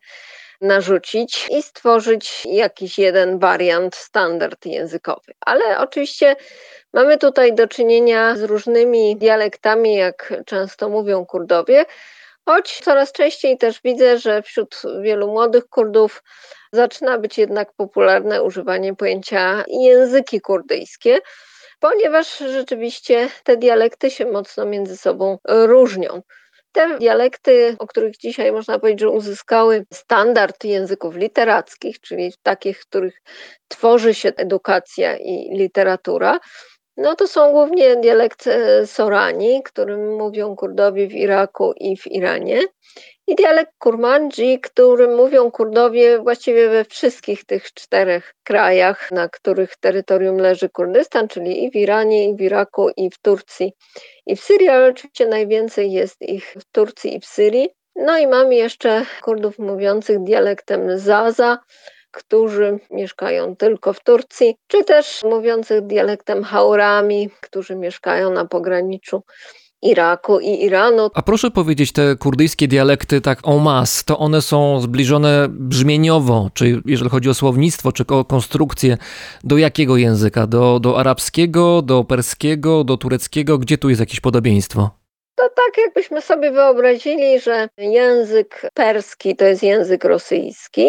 narzucić i stworzyć jakiś jeden wariant, standard językowy. Ale oczywiście mamy tutaj do czynienia z różnymi dialektami, jak często mówią Kurdowie, choć coraz częściej też widzę, że wśród wielu młodych Kurdów zaczyna być jednak popularne używanie pojęcia języki kurdyjskie, ponieważ rzeczywiście te dialekty się mocno między sobą różnią. Te dialekty, o których dzisiaj można powiedzieć, że uzyskały standard języków literackich, czyli takich, w których tworzy się edukacja i literatura, no to są głównie dialekt Sorani, którym mówią Kurdowie w Iraku i w Iranie, i dialekt kurmandży, którym mówią Kurdowie właściwie we wszystkich tych czterech krajach, na których terytorium leży Kurdystan, czyli i w Iranie, i w Iraku, i w Turcji, i w Syrii, ale oczywiście najwięcej jest ich w Turcji i w Syrii. No i mamy jeszcze Kurdów mówiących dialektem Zaza, którzy mieszkają tylko w Turcji, czy też mówiących dialektem Haurami, którzy mieszkają na pograniczu Iraku i Iranu. A proszę powiedzieć, te kurdyjskie dialekty tak en masse, to one są zbliżone brzmieniowo, czy jeżeli chodzi o słownictwo, czy o konstrukcję, do jakiego języka? Do, do arabskiego, do perskiego, do tureckiego? Gdzie tu jest jakieś podobieństwo? To tak jakbyśmy sobie wyobrazili, że język perski to jest język rosyjski,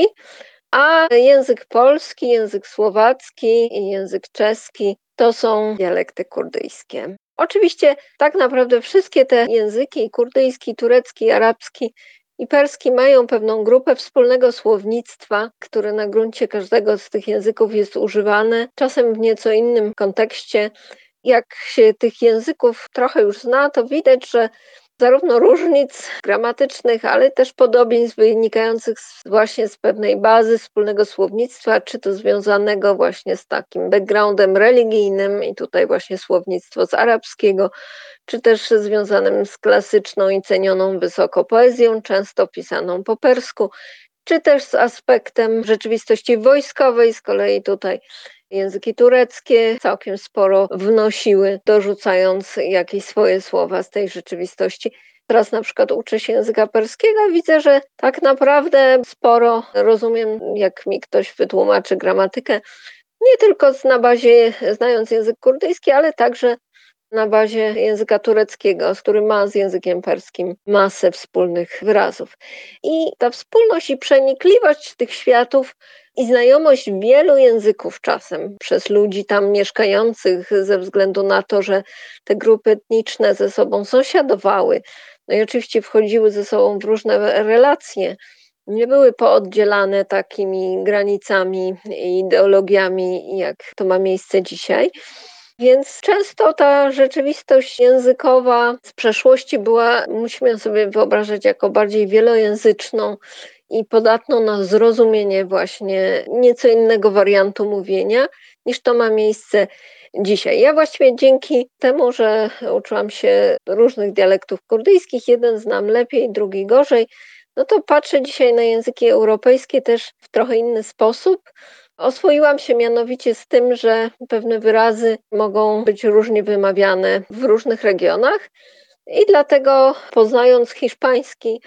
a język polski, język słowacki i język czeski to są dialekty kurdyjskie. Oczywiście tak naprawdę wszystkie te języki, kurdyjski, turecki, arabski i perski, mają pewną grupę wspólnego słownictwa, które na gruncie każdego z tych języków jest używane, czasem w nieco innym kontekście. Jak się tych języków trochę już zna, to widać, że zarówno różnic gramatycznych, ale też podobieństw wynikających z, właśnie z pewnej bazy wspólnego słownictwa, czy to związanego właśnie z takim backgroundem religijnym, i tutaj właśnie słownictwo z arabskiego, czy też związanym z klasyczną i cenioną wysoko poezją, często pisaną po persku, czy też z aspektem rzeczywistości wojskowej. Z kolei tutaj języki tureckie całkiem sporo wnosiły, dorzucając jakieś swoje słowa z tej rzeczywistości. Teraz na przykład uczę się języka perskiego, widzę, że tak naprawdę sporo rozumiem, jak mi ktoś wytłumaczy gramatykę, nie tylko na bazie, znając język kurdyjski, ale także na bazie języka tureckiego, z którym ma z językiem perskim masę wspólnych wyrazów. I ta wspólność i przenikliwość tych światów i znajomość wielu języków czasem przez ludzi tam mieszkających, ze względu na to, że te grupy etniczne ze sobą sąsiadowały, no i oczywiście wchodziły ze sobą w różne relacje, nie były pooddzielane takimi granicami i ideologiami, jak to ma miejsce dzisiaj. Więc często ta rzeczywistość językowa z przeszłości była, musimy ją sobie wyobrażać jako bardziej wielojęzyczną i podatną na zrozumienie właśnie nieco innego wariantu mówienia, niż to ma miejsce dzisiaj. Ja właściwie dzięki temu, że uczyłam się różnych dialektów kurdyjskich, jeden znam lepiej, drugi gorzej, no to patrzę dzisiaj na języki europejskie też w trochę inny sposób. Oswoiłam się mianowicie z tym, że pewne wyrazy mogą być różnie wymawiane w różnych regionach, i dlatego, poznając hiszpański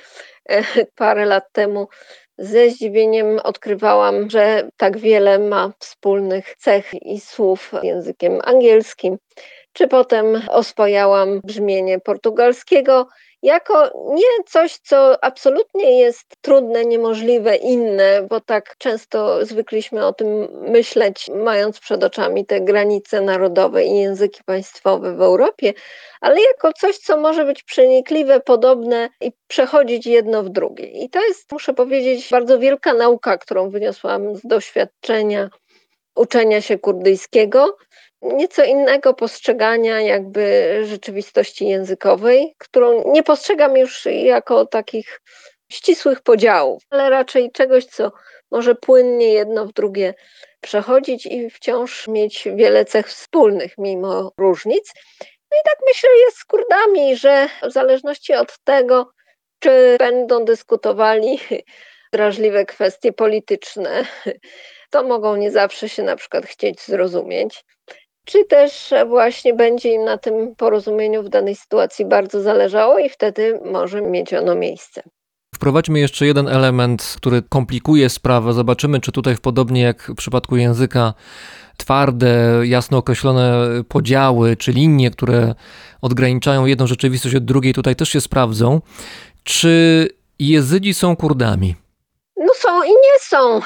parę lat temu, ze zdziwieniem odkrywałam, że tak wiele ma wspólnych cech i słów z językiem angielskim. Czy potem oswajałam brzmienie portugalskiego jako nie coś, co absolutnie jest trudne, niemożliwe, inne, bo tak często zwykliśmy o tym myśleć, mając przed oczami te granice narodowe i języki państwowe w Europie, ale jako coś, co może być przenikliwe, podobne i przechodzić jedno w drugie. I to jest, muszę powiedzieć, bardzo wielka nauka, którą wyniosłam z doświadczenia uczenia się kurdyjskiego, nieco innego postrzegania jakby rzeczywistości językowej, którą nie postrzegam już jako takich ścisłych podziałów, ale raczej czegoś, co może płynnie jedno w drugie przechodzić i wciąż mieć wiele cech wspólnych mimo różnic. No i tak myślę jest z Kurdami, że w zależności od tego, czy będą dyskutowali drażliwe kwestie polityczne, to mogą nie zawsze się na przykład chcieć zrozumieć, czy też właśnie będzie im na tym porozumieniu w danej sytuacji bardzo zależało i wtedy może mieć ono miejsce. Wprowadźmy jeszcze jeden element, który komplikuje sprawę. Zobaczymy, czy tutaj podobnie jak w przypadku języka twarde, jasno określone podziały, czy linie, które odgraniczają jedną rzeczywistość od drugiej, tutaj też się sprawdzą. Czy Jezydzi są Kurdami? No są i nie są.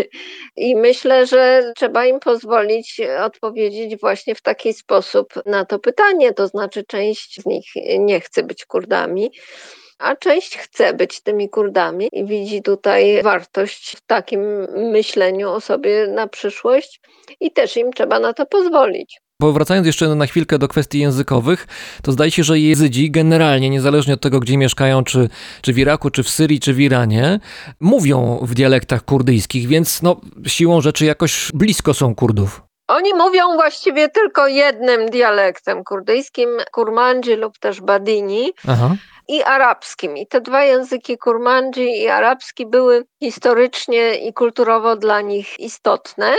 I myślę, że trzeba im pozwolić odpowiedzieć właśnie w taki sposób na to pytanie. To znaczy część z nich nie chce być Kurdami, a część chce być tymi Kurdami i widzi tutaj wartość w takim myśleniu o sobie na przyszłość i też im trzeba na to pozwolić. Powracając jeszcze na chwilkę do kwestii językowych, to zdaje się, że Jezydzi generalnie, niezależnie od tego, gdzie mieszkają, czy, czy w Iraku, czy w Syrii, czy w Iranie, mówią w dialektach kurdyjskich, więc no, siłą rzeczy jakoś blisko są Kurdów. Oni mówią właściwie tylko jednym dialektem kurdyjskim, kurmandzi lub też badini. Aha. I arabskim. I te dwa języki kurmandzi i arabski były historycznie i kulturowo dla nich istotne.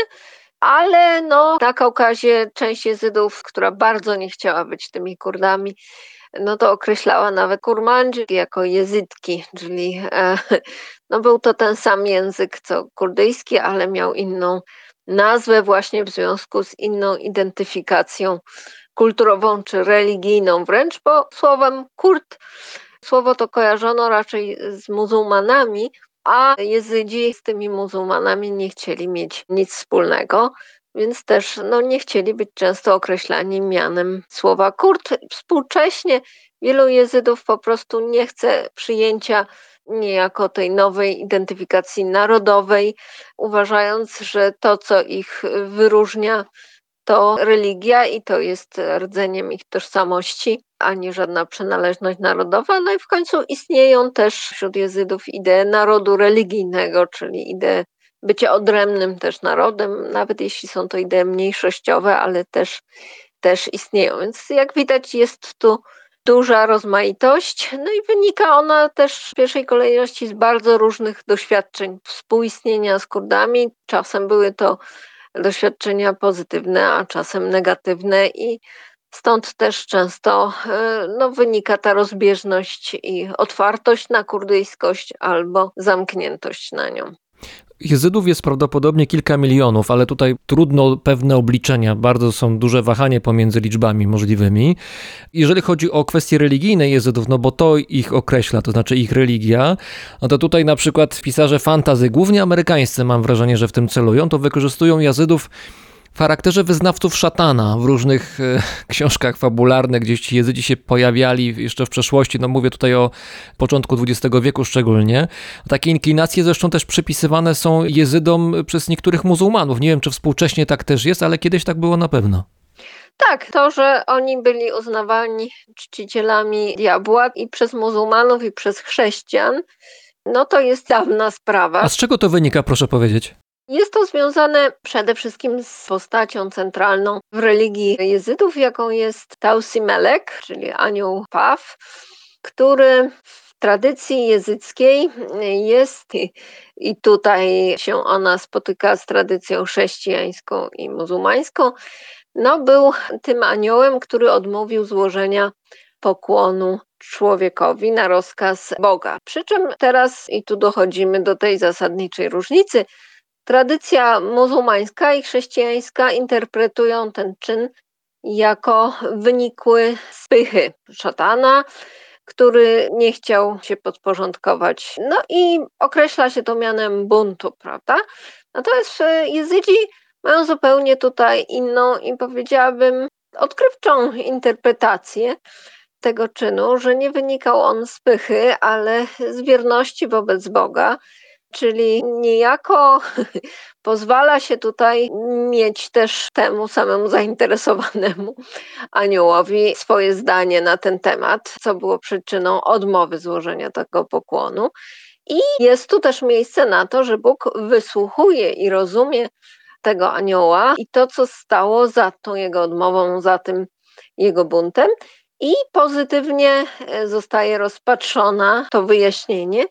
Ale no, na Kaukazie część Jezydów, która bardzo nie chciała być tymi Kurdami, no to określała nawet kurmandzi jako jezydki, czyli e, no był to ten sam język co kurdyjski, ale miał inną nazwę właśnie w związku z inną identyfikacją kulturową czy religijną wręcz, bo słowem Kurd słowo to kojarzono raczej z muzułmanami, a Jezydzi z tymi muzułmanami nie chcieli mieć nic wspólnego, więc też no, nie chcieli być często określani mianem słowa Kurd. Współcześnie wielu Jezydów po prostu nie chce przyjęcia niejako tej nowej identyfikacji narodowej, uważając, że to, co ich wyróżnia, to religia i to jest rdzeniem ich tożsamości, a nie żadna przynależność narodowa. No i w końcu istnieją też wśród Jezydów idee narodu religijnego, czyli idee bycia odrębnym też narodem, nawet jeśli są to idee mniejszościowe, ale też, też istnieją. Więc jak widać jest tu duża rozmaitość, no i wynika ona też w pierwszej kolejności z bardzo różnych doświadczeń współistnienia z Kurdami. Czasem były to doświadczenia pozytywne, a czasem negatywne i stąd też często no, wynika ta rozbieżność i otwartość na kurdyjskość albo zamkniętość na nią. Jezydów jest prawdopodobnie kilka milionów, ale tutaj trudno pewne obliczenia, bardzo są duże wahanie pomiędzy liczbami możliwymi. Jeżeli chodzi o kwestie religijne Jezydów, no bo to ich określa, to znaczy ich religia, no to tutaj na przykład pisarze fantasy, głównie amerykańscy mam wrażenie, że w tym celują, to wykorzystują Jezydów w charakterze wyznawców szatana w różnych e, książkach fabularnych, gdzieś ci Jezydzi się pojawiali jeszcze w przeszłości, no mówię tutaj o początku dwudziestego wieku szczególnie. Takie inklinacje zresztą też przypisywane są Jezydom przez niektórych muzułmanów. Nie wiem, czy współcześnie tak też jest, ale kiedyś tak było na pewno. Tak, to, że oni byli uznawani czcicielami diabła i przez muzułmanów, i przez chrześcijan, no to jest dawna sprawa. A z czego to wynika, proszę powiedzieć? Jest to związane przede wszystkim z postacią centralną w religii Jezydów, jaką jest Tausi Melek, czyli anioł Paw, który w tradycji jezyckiej jest, i tutaj się ona spotyka z tradycją chrześcijańską i muzułmańską, no był tym aniołem, który odmówił złożenia pokłonu człowiekowi na rozkaz Boga. Przy czym teraz, i tu dochodzimy do tej zasadniczej różnicy, tradycja muzułmańska i chrześcijańska interpretują ten czyn jako wynikły z pychy szatana, który nie chciał się podporządkować. No i określa się to mianem buntu, prawda? Natomiast e, Jezydzi mają zupełnie tutaj inną i powiedziałabym odkrywczą interpretację tego czynu, że nie wynikał on z pychy, ale z wierności wobec Boga, czyli niejako pozwala się tutaj mieć też temu samemu zainteresowanemu aniołowi swoje zdanie na ten temat, co było przyczyną odmowy złożenia tego pokłonu. I jest tu też miejsce na to, że Bóg wysłuchuje i rozumie tego anioła i to, co stało za tą jego odmową, za tym jego buntem. I pozytywnie zostaje rozpatrzona to wyjaśnienie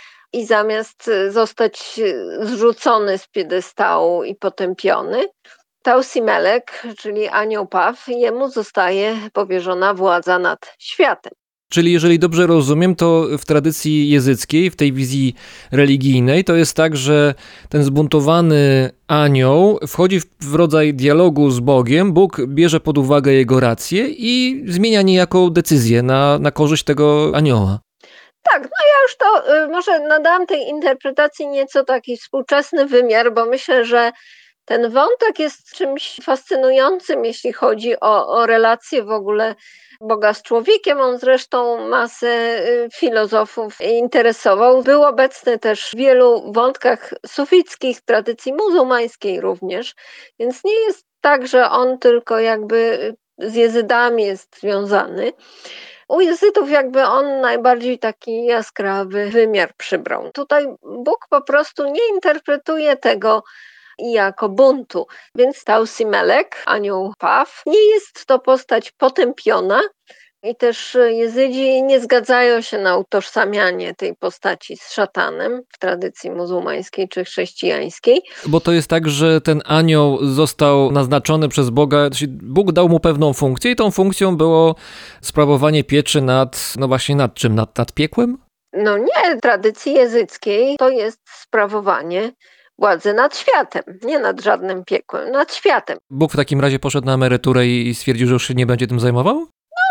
i zamiast zostać zrzucony z piedestału i potępiony, Tausimelek, czyli anioł Paw, jemu zostaje powierzona władza nad światem. Czyli jeżeli dobrze rozumiem, to w tradycji jezyckiej, w tej wizji religijnej, to jest tak, że ten zbuntowany anioł wchodzi w rodzaj dialogu z Bogiem, Bóg bierze pod uwagę jego rację i zmienia niejako decyzję na, na korzyść tego anioła. Tak, no ja już to y, może nadałam tej interpretacji nieco taki współczesny wymiar, bo myślę, że ten wątek jest czymś fascynującym, jeśli chodzi o, o relacje w ogóle Boga z człowiekiem. On zresztą masę y, filozofów interesował. Był obecny też w wielu wątkach sufickich, tradycji muzułmańskiej również, więc nie jest tak, że on tylko jakby z Jezydami jest związany. U Jezydów jakby on najbardziej taki jaskrawy wymiar przybrał. Tutaj Bóg po prostu nie interpretuje tego jako buntu, więc Tausimelek, anioł Paw, nie jest to postać potępiona i też Jezydzi nie zgadzają się na utożsamianie tej postaci z szatanem w tradycji muzułmańskiej czy chrześcijańskiej. Bo to jest tak, że ten anioł został naznaczony przez Boga, czyli Bóg dał mu pewną funkcję i tą funkcją było sprawowanie pieczy nad, no właśnie nad czym? Nad, nad piekłem? No nie, w tradycji jezyckiej to jest sprawowanie władzy nad światem, nie nad żadnym piekłem, nad światem. Bóg w takim razie poszedł na emeryturę i stwierdził, że już się nie będzie tym zajmował?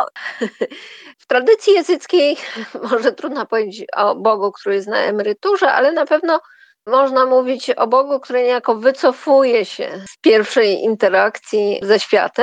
W tradycji jezyckiej może trudno powiedzieć o Bogu, który jest na emeryturze, ale na pewno można mówić o Bogu, który niejako wycofuje się z pierwszej interakcji ze światem,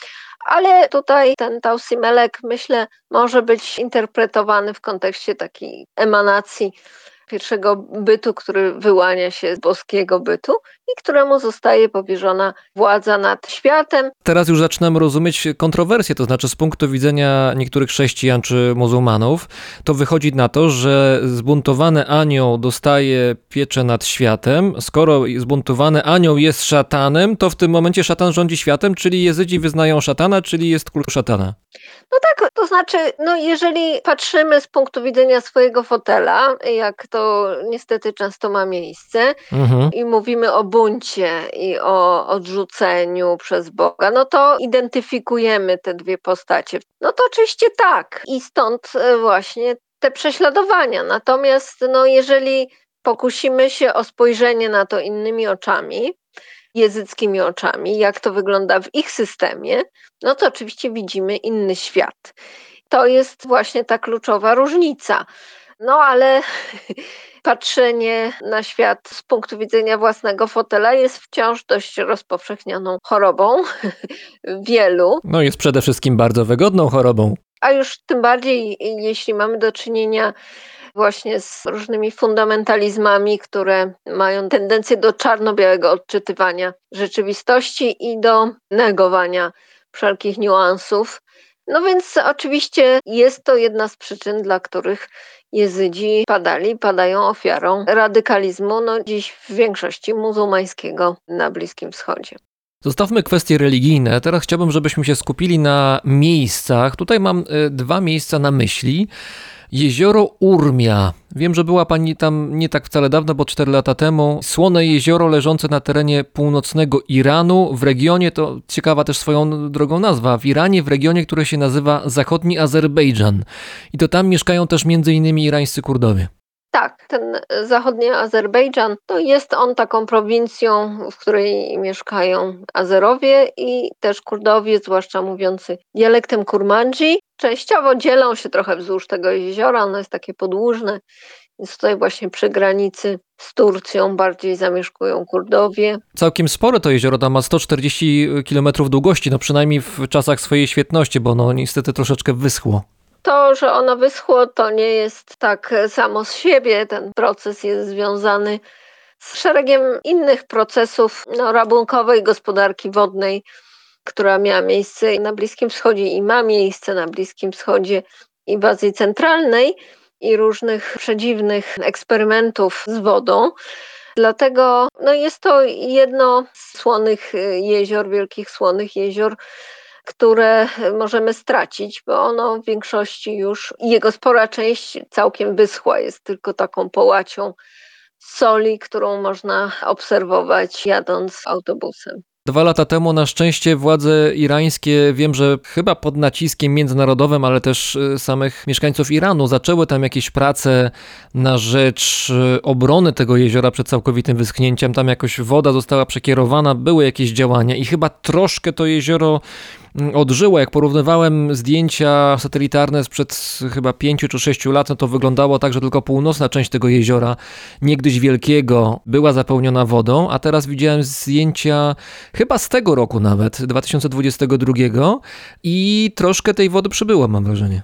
ale tutaj ten Tausimelek, myślę, może być interpretowany w kontekście takiej emanacji pierwszego bytu, który wyłania się z boskiego bytu i któremu zostaje powierzona władza nad światem. Teraz już zaczynam rozumieć kontrowersje, to znaczy z punktu widzenia niektórych chrześcijan czy muzułmanów, to wychodzi na to, że zbuntowany anioł dostaje pieczę nad światem. Skoro zbuntowany anioł jest szatanem, to w tym momencie szatan rządzi światem, czyli Jezydzi wyznają szatana, czyli jest kult szatana. No tak, to znaczy, no jeżeli patrzymy z punktu widzenia swojego fotela, jak to niestety często ma miejsce, Mhm. i mówimy o buncie i o odrzuceniu przez Boga, no to identyfikujemy te dwie postacie. No to oczywiście tak i stąd e, właśnie te prześladowania. Natomiast no jeżeli pokusimy się o spojrzenie na to innymi oczami, jezyckimi oczami, jak to wygląda w ich systemie, no to oczywiście widzimy inny świat. To jest właśnie ta kluczowa różnica. No ale patrzenie na świat z punktu widzenia własnego fotela jest wciąż dość rozpowszechnioną chorobą wielu, No jest przede wszystkim bardzo wygodną chorobą. a już tym bardziej jeśli mamy do czynienia właśnie z różnymi fundamentalizmami, które mają tendencję do czarno-białego odczytywania rzeczywistości i do negowania wszelkich niuansów. No więc oczywiście jest to jedna z przyczyn, dla których Jezydzi padali, padają ofiarą radykalizmu, no dziś w większości muzułmańskiego na Bliskim Wschodzie. Zostawmy kwestie religijne. Teraz chciałbym, żebyśmy się skupili na miejscach. Tutaj mam y, dwa miejsca na myśli. Jezioro Urmia. Wiem, że była pani tam nie tak wcale dawno, bo cztery lata temu. Słone jezioro leżące na terenie północnego Iranu, w regionie, to ciekawa też swoją drogą nazwa, w Iranie, w regionie, który się nazywa Zachodni Azerbejdżan. I to tam mieszkają też między innymi irańscy Kurdowie. Tak, ten zachodni Azerbejdżan, to jest on taką prowincją, w której mieszkają Azerowie i też Kurdowie, zwłaszcza mówiący dialektem kurmandzi. częściowo dzielą się trochę wzdłuż tego jeziora, ono jest takie podłużne, więc tutaj właśnie przy granicy z Turcją bardziej zamieszkują Kurdowie. Całkiem spore to jezioro, tam ma sto czterdzieści kilometrów długości, no przynajmniej w czasach swojej świetności, bo no niestety troszeczkę wyschło. To, że ono wyschło, to nie jest tak samo z siebie. Ten proces jest związany z szeregiem innych procesów no, rabunkowej gospodarki wodnej, która miała miejsce na Bliskim Wschodzie i ma miejsce na Bliskim Wschodzie i w Azji Centralnej i różnych przedziwnych eksperymentów z wodą. Dlatego no, jest to jedno z słonych jezior, wielkich słonych jezior, które możemy stracić, bo ono w większości już, jego spora część całkiem wyschła, jest tylko taką połacią soli, którą można obserwować jadąc autobusem. Dwa lata temu na szczęście władze irańskie, wiem, że chyba pod naciskiem międzynarodowym, ale też samych mieszkańców Iranu, zaczęły tam jakieś prace na rzecz obrony tego jeziora przed całkowitym wyschnięciem. Tam jakoś woda została przekierowana, były jakieś działania i chyba troszkę to jezioro odżyło. Jak porównywałem zdjęcia satelitarne sprzed chyba pięciu czy sześciu lat, no to wyglądało tak, że tylko północna część tego jeziora, niegdyś wielkiego, była zapełniona wodą, a teraz widziałem zdjęcia chyba z tego roku nawet, dwa tysiące dwudziestego drugiego i troszkę tej wody przybyło, mam wrażenie.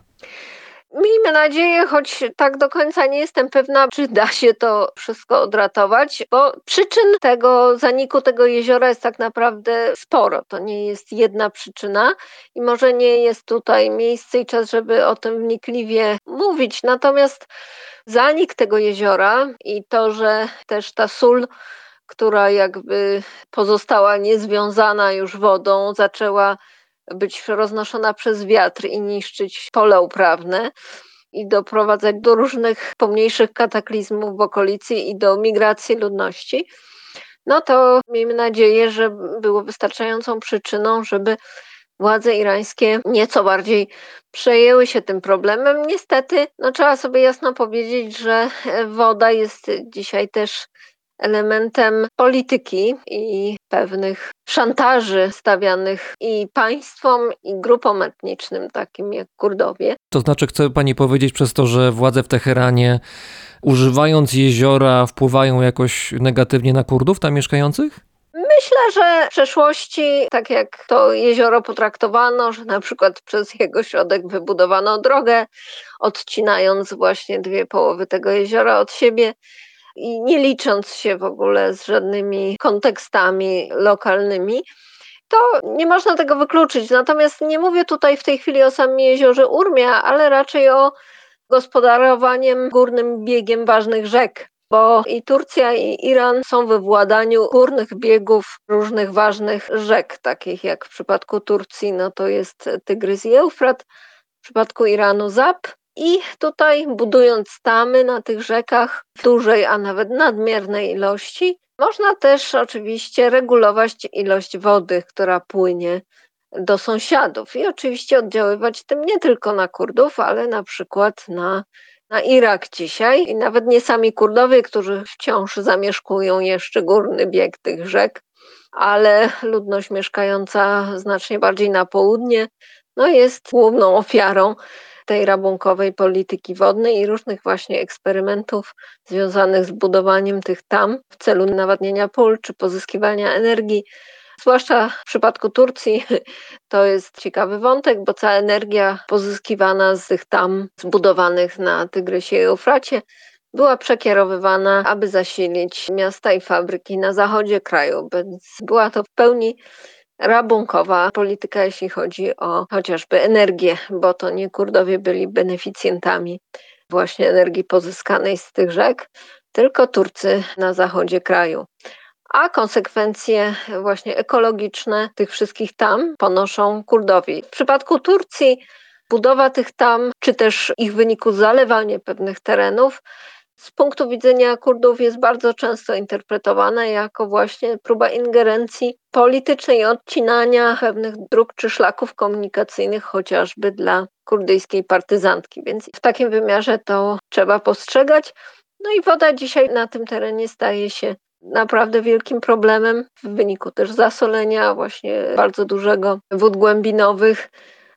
Miejmy nadzieję, choć tak do końca nie jestem pewna, czy da się to wszystko odratować, bo przyczyn tego zaniku tego jeziora jest tak naprawdę sporo. To nie jest jedna przyczyna i może nie jest tutaj miejsce i czas, żeby o tym wnikliwie mówić. Natomiast zanik tego jeziora i to, że też ta sól, która jakby pozostała niezwiązana już wodą, zaczęła być roznoszona przez wiatr i niszczyć pole uprawne i doprowadzać do różnych pomniejszych kataklizmów w okolicy i do migracji ludności, no to miejmy nadzieję, że było wystarczającą przyczyną, żeby władze irańskie nieco bardziej przejęły się tym problemem. Niestety, no trzeba sobie jasno powiedzieć, że woda jest dzisiaj też elementem polityki i pewnych szantaży stawianych i państwom, i grupom etnicznym, takim jak Kurdowie. To znaczy, chce pani powiedzieć przez to, że władze w Teheranie, używając jeziora, wpływają jakoś negatywnie na Kurdów tam mieszkających? Myślę, że w przeszłości, tak jak to jezioro potraktowano, że na przykład przez jego środek wybudowano drogę, odcinając właśnie dwie połowy tego jeziora od siebie, i nie licząc się w ogóle z żadnymi kontekstami lokalnymi, to nie można tego wykluczyć. Natomiast nie mówię tutaj w tej chwili o samym jeziorze Urmia, ale raczej o gospodarowaniem górnym biegiem ważnych rzek, bo i Turcja, i Iran są we władaniu górnych biegów różnych ważnych rzek, takich jak w przypadku Turcji, no to jest Tygrys i Eufrat, w przypadku Iranu Zab. I tutaj budując tamy na tych rzekach w dużej, a nawet nadmiernej ilości, można też oczywiście regulować ilość wody, która płynie do sąsiadów i oczywiście oddziaływać tym nie tylko na Kurdów, ale na przykład na, na Irak dzisiaj i nawet nie sami Kurdowie, którzy wciąż zamieszkują jeszcze górny bieg tych rzek, ale ludność mieszkająca znacznie bardziej na południe, no jest główną ofiarą tej rabunkowej polityki wodnej i różnych właśnie eksperymentów związanych z budowaniem tych tam w celu nawadniania pól czy pozyskiwania energii. Zwłaszcza w przypadku Turcji to jest ciekawy wątek, bo cała energia pozyskiwana z tych tam zbudowanych na Tygrysie i Eufracie była przekierowywana, aby zasilić miasta i fabryki na zachodzie kraju, więc była to w pełni rabunkowa polityka, jeśli chodzi o chociażby energię, bo to nie Kurdowie byli beneficjentami właśnie energii pozyskanej z tych rzek, tylko Turcy na zachodzie kraju. A konsekwencje właśnie ekologiczne tych wszystkich tam ponoszą Kurdowie. W przypadku Turcji budowa tych tam, czy też ich wyniku zalewanie pewnych terenów, z punktu widzenia Kurdów jest bardzo często interpretowana jako właśnie próba ingerencji politycznej i odcinania pewnych dróg czy szlaków komunikacyjnych chociażby dla kurdyjskiej partyzantki. Więc w takim wymiarze to trzeba postrzegać. No i woda dzisiaj na tym terenie staje się naprawdę wielkim problemem w wyniku też zasolenia właśnie bardzo dużego wód głębinowych.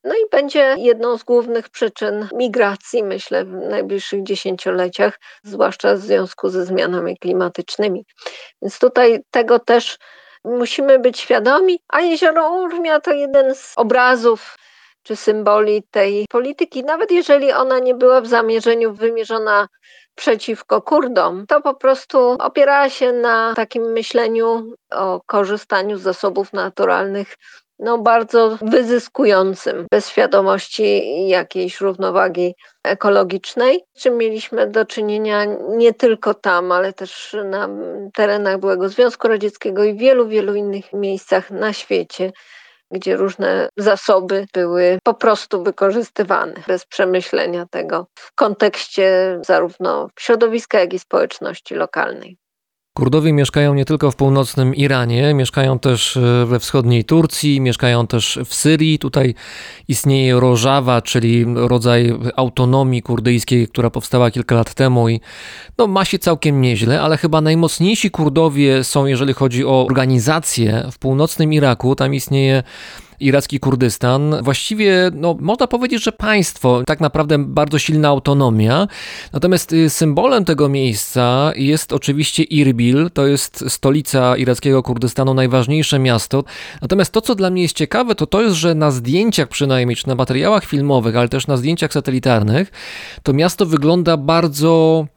No i będzie jedną z głównych przyczyn migracji, myślę, w najbliższych dziesięcioleciach, zwłaszcza w związku ze zmianami klimatycznymi. Więc tutaj tego też musimy być świadomi, a jezioro Urmia to jeden z obrazów czy symboli tej polityki. Nawet jeżeli ona nie była w zamierzeniu wymierzona przeciwko Kurdom, to po prostu opierała się na takim myśleniu o korzystaniu z zasobów naturalnych, no bardzo wyzyskującym, bez świadomości jakiejś równowagi ekologicznej, z czym mieliśmy do czynienia nie tylko tam, ale też na terenach byłego Związku Radzieckiego i wielu, wielu innych miejscach na świecie, gdzie różne zasoby były po prostu wykorzystywane bez przemyślenia tego w kontekście zarówno środowiska, jak i społeczności lokalnej. Kurdowie mieszkają nie tylko w północnym Iranie, mieszkają też we wschodniej Turcji, mieszkają też w Syrii. Tutaj istnieje Rożawa, czyli rodzaj autonomii kurdyjskiej, która powstała kilka lat temu i no, ma się całkiem nieźle, ale chyba najmocniejsi Kurdowie są, jeżeli chodzi o organizację w północnym Iraku. Tam istnieje iracki Kurdystan. Właściwie no, można powiedzieć, że państwo, tak naprawdę bardzo silna autonomia. Natomiast symbolem tego miejsca jest oczywiście Irbil, to jest stolica irackiego Kurdystanu, najważniejsze miasto. Natomiast to, co dla mnie jest ciekawe, to to jest, że na zdjęciach przynajmniej, czy na materiałach filmowych, ale też na zdjęciach satelitarnych, to miasto wygląda bardzo...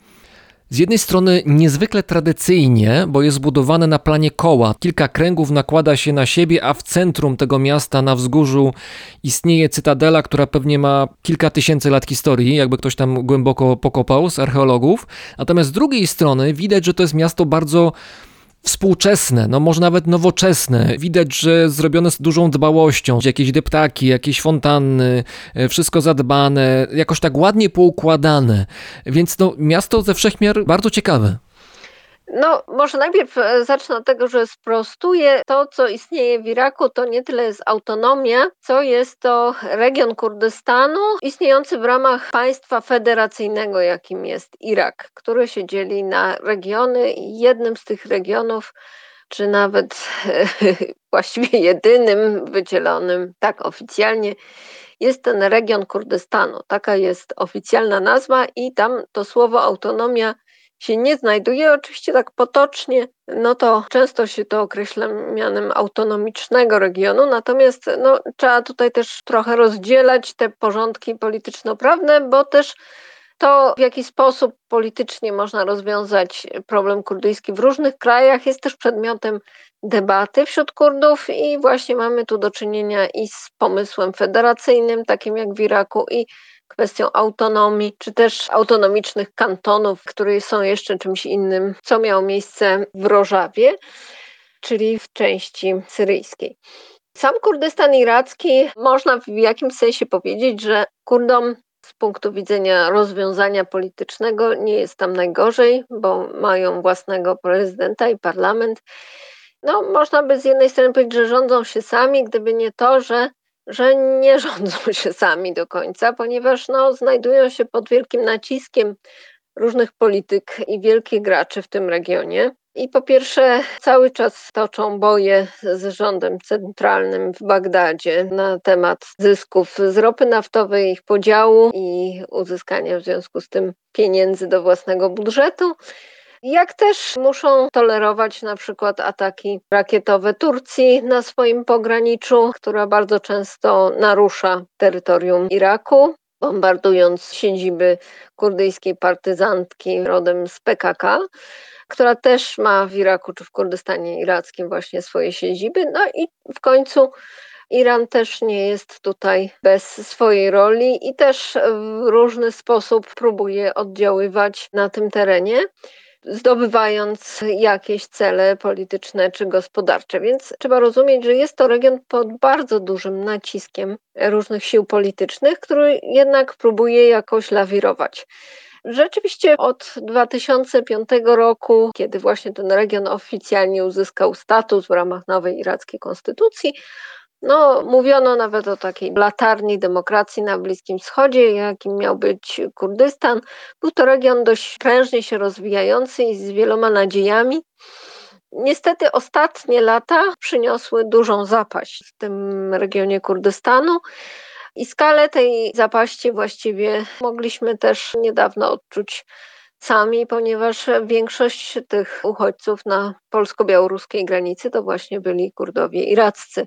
Z jednej strony niezwykle tradycyjnie, bo jest zbudowane na planie koła. Kilka kręgów nakłada się na siebie, a w centrum tego miasta na wzgórzu istnieje cytadela, która pewnie ma kilka tysięcy lat historii, jakby ktoś tam głęboko pokopał z archeologów. Natomiast z drugiej strony widać, że to jest miasto bardzo współczesne, no może nawet nowoczesne. Widać, że zrobione z dużą dbałością. Jakieś deptaki, jakieś fontanny, wszystko zadbane, jakoś tak ładnie poukładane. Więc no, miasto ze wszechmiar bardzo ciekawe. No, może najpierw zacznę od tego, że sprostuję. To, co istnieje w Iraku, to nie tyle jest autonomia, co jest to region Kurdystanu istniejący w ramach państwa federacyjnego, jakim jest Irak, który się dzieli na regiony i jednym z tych regionów, czy nawet właściwie jedynym wydzielonym tak oficjalnie, jest ten region Kurdystanu. Taka jest oficjalna nazwa i tam to słowo autonomia się nie znajduje, oczywiście tak potocznie, no to często się to określa mianem autonomicznego regionu, natomiast no, trzeba tutaj też trochę rozdzielać te porządki polityczno-prawne, bo też to, w jaki sposób politycznie można rozwiązać problem kurdyjski w różnych krajach, jest też przedmiotem debaty wśród Kurdów i właśnie mamy tu do czynienia i z pomysłem federacyjnym, takim jak w Iraku, i kwestią autonomii, czy też autonomicznych kantonów, które są jeszcze czymś innym, co miało miejsce w Rożawie, czyli w części syryjskiej. Sam Kurdystan iracki, można w jakimś sensie powiedzieć, że Kurdom z punktu widzenia rozwiązania politycznego nie jest tam najgorzej, bo mają własnego prezydenta i parlament. No, można by z jednej strony powiedzieć, że rządzą się sami, gdyby nie to, że że nie rządzą się sami do końca, ponieważ no, znajdują się pod wielkim naciskiem różnych polityk i wielkich graczy w tym regionie. I po pierwsze, cały czas toczą boje z rządem centralnym w Bagdadzie na temat zysków z ropy naftowej, ich podziału i uzyskania w związku z tym pieniędzy do własnego budżetu. Jak też muszą tolerować na przykład ataki rakietowe Turcji na swoim pograniczu, która bardzo często narusza terytorium Iraku, bombardując siedziby kurdyjskiej partyzantki rodem z P K K, która też ma w Iraku czy w Kurdystanie irackim właśnie swoje siedziby. No i w końcu Iran też nie jest tutaj bez swojej roli i też w różny sposób próbuje oddziaływać na tym terenie, zdobywając jakieś cele polityczne czy gospodarcze. Więc trzeba rozumieć, że jest to region pod bardzo dużym naciskiem różnych sił politycznych, który jednak próbuje jakoś lawirować. Rzeczywiście od dwa tysiące piątego roku, kiedy właśnie ten region oficjalnie uzyskał status w ramach nowej irackiej konstytucji, no, mówiono nawet o takiej latarni demokracji na Bliskim Wschodzie, jakim miał być Kurdystan. Był to region dość prężnie się rozwijający i z wieloma nadziejami. Niestety ostatnie lata przyniosły dużą zapaść w tym regionie Kurdystanu I skalę tej zapaści właściwie mogliśmy też niedawno odczuć sami, ponieważ większość tych uchodźców na polsko-białoruskiej granicy to właśnie byli Kurdowie iraccy,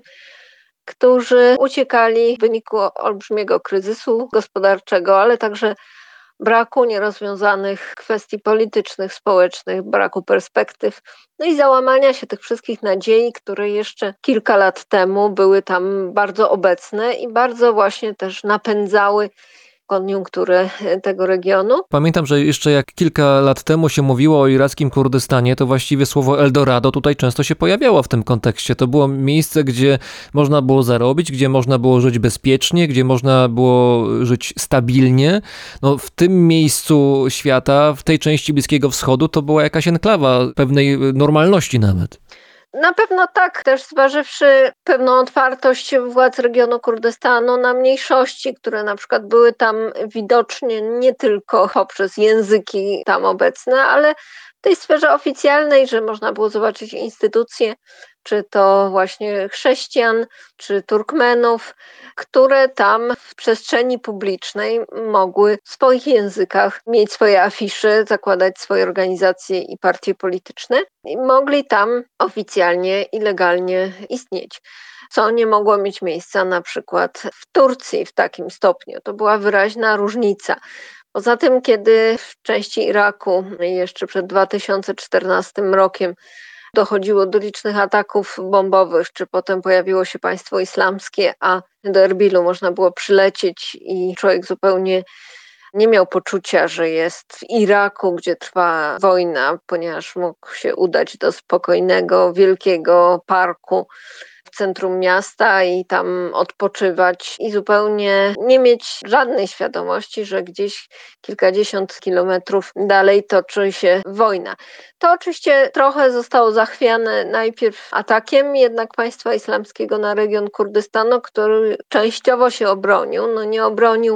którzy uciekali w wyniku olbrzymiego kryzysu gospodarczego, ale także braku nierozwiązanych kwestii politycznych, społecznych, braku perspektyw, no i załamania się tych wszystkich nadziei, które jeszcze kilka lat temu były tam bardzo obecne i bardzo właśnie też napędzały koniunkturę tego regionu. Pamiętam, że jeszcze jak kilka lat temu się mówiło o irackim Kurdystanie, to właściwie słowo Eldorado tutaj często się pojawiało w tym kontekście. To było miejsce, gdzie można było zarobić, gdzie można było żyć bezpiecznie, gdzie można było żyć stabilnie. No, w tym miejscu świata, w tej części Bliskiego Wschodu, to była jakaś enklawa pewnej normalności nawet. Na pewno tak, też zważywszy pewną otwartość władz regionu Kurdystanu na mniejszości, które na przykład były tam widocznie nie tylko poprzez języki tam obecne, ale w tej sferze oficjalnej, że można było zobaczyć instytucje, czy to właśnie chrześcijan, czy Turkmenów, które tam w przestrzeni publicznej mogły w swoich językach mieć swoje afisze, zakładać swoje organizacje i partie polityczne i mogli tam oficjalnie i legalnie istnieć, co nie mogło mieć miejsca na przykład w Turcji w takim stopniu. To była wyraźna różnica. Poza tym, kiedy w części Iraku jeszcze przed dwa tysiące czternastym rokiem dochodziło do licznych ataków bombowych, czy potem pojawiło się państwo islamskie, a do Erbilu można było przylecieć i człowiek zupełnie nie miał poczucia, że jest w Iraku, gdzie trwa wojna, ponieważ mógł się udać do spokojnego, wielkiego parku w centrum miasta i tam odpoczywać i zupełnie nie mieć żadnej świadomości, że gdzieś kilkadziesiąt kilometrów dalej toczy się wojna. To oczywiście trochę zostało zachwiane najpierw atakiem jednak państwa islamskiego na region Kurdystanu, który częściowo się obronił, no nie obronił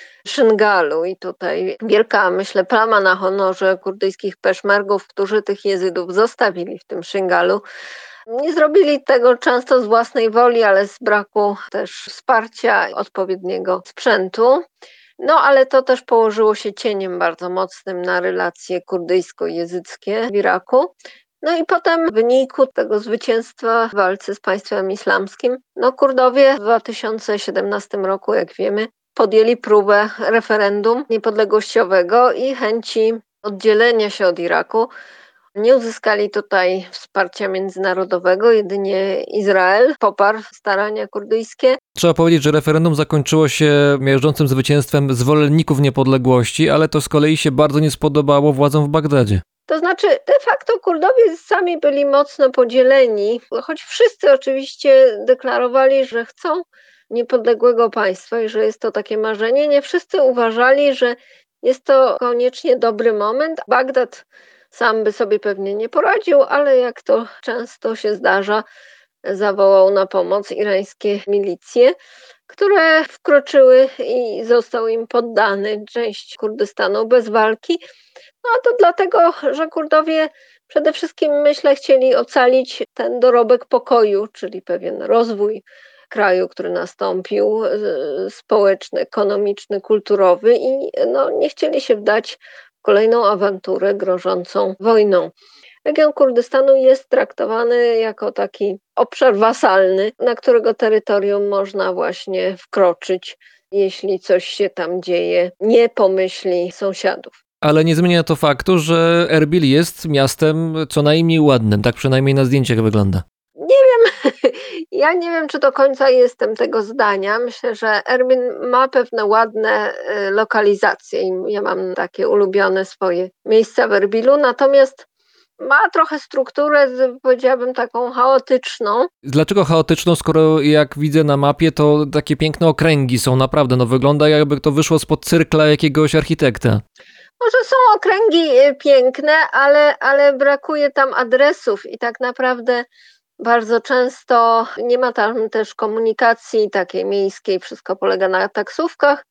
Szyngalu i tutaj wielka, myślę, plama na honorze kurdyjskich peszmergów, którzy tych jezydów zostawili w tym Szyngalu. Nie zrobili tego często z własnej woli, ale z braku też wsparcia, odpowiedniego sprzętu. No ale to też położyło się cieniem bardzo mocnym na relacje kurdyjsko-jezyckie w Iraku. No i potem w wyniku tego zwycięstwa w walce z państwem islamskim, no Kurdowie w dwa tysiące siedemnastym roku, jak wiemy, podjęli próbę referendum niepodległościowego i chęci oddzielenia się od Iraku. Nie uzyskali tutaj wsparcia międzynarodowego, jedynie Izrael poparł starania kurdyjskie. Trzeba powiedzieć, że referendum zakończyło się miażdżącym zwycięstwem zwolenników niepodległości, ale to z kolei się bardzo nie spodobało władzom w Bagdadzie. To znaczy de facto Kurdowie sami byli mocno podzieleni, choć wszyscy oczywiście deklarowali, że chcą niepodległego państwa i że jest to takie marzenie. Nie wszyscy uważali, że jest to koniecznie dobry moment. Bagdad sam by sobie pewnie nie poradził, ale jak to często się zdarza, zawołał na pomoc irańskie milicje, które wkroczyły i został im poddany część Kurdystanu bez walki. No a to dlatego, że Kurdowie przede wszystkim, myślę, chcieli ocalić ten dorobek pokoju, czyli pewien rozwój kraju, który nastąpił, społeczny, ekonomiczny, kulturowy i no, nie chcieli się wdać w kolejną awanturę grożącą wojną. Region Kurdystanu jest traktowany jako taki obszar wasalny, na którego terytorium można właśnie wkroczyć, jeśli coś się tam dzieje, nie pomyśli sąsiadów. Ale nie zmienia to faktu, że Erbil jest miastem co najmniej ładnym, tak przynajmniej na zdjęciach wygląda. Nie wiem, ja nie wiem, czy do końca jestem tego zdania. Myślę, że Erbil ma pewne ładne lokalizacje i ja mam takie ulubione swoje miejsca w Erbilu, natomiast ma trochę strukturę, powiedziałabym, taką chaotyczną. Dlaczego chaotyczną, skoro jak widzę na mapie, to takie piękne okręgi są naprawdę, no wygląda jakby to wyszło spod cyrkla jakiegoś architekta. Może są okręgi piękne, ale, ale brakuje tam adresów i tak naprawdę bardzo często nie ma tam też komunikacji takiej miejskiej, wszystko polega na taksówkach,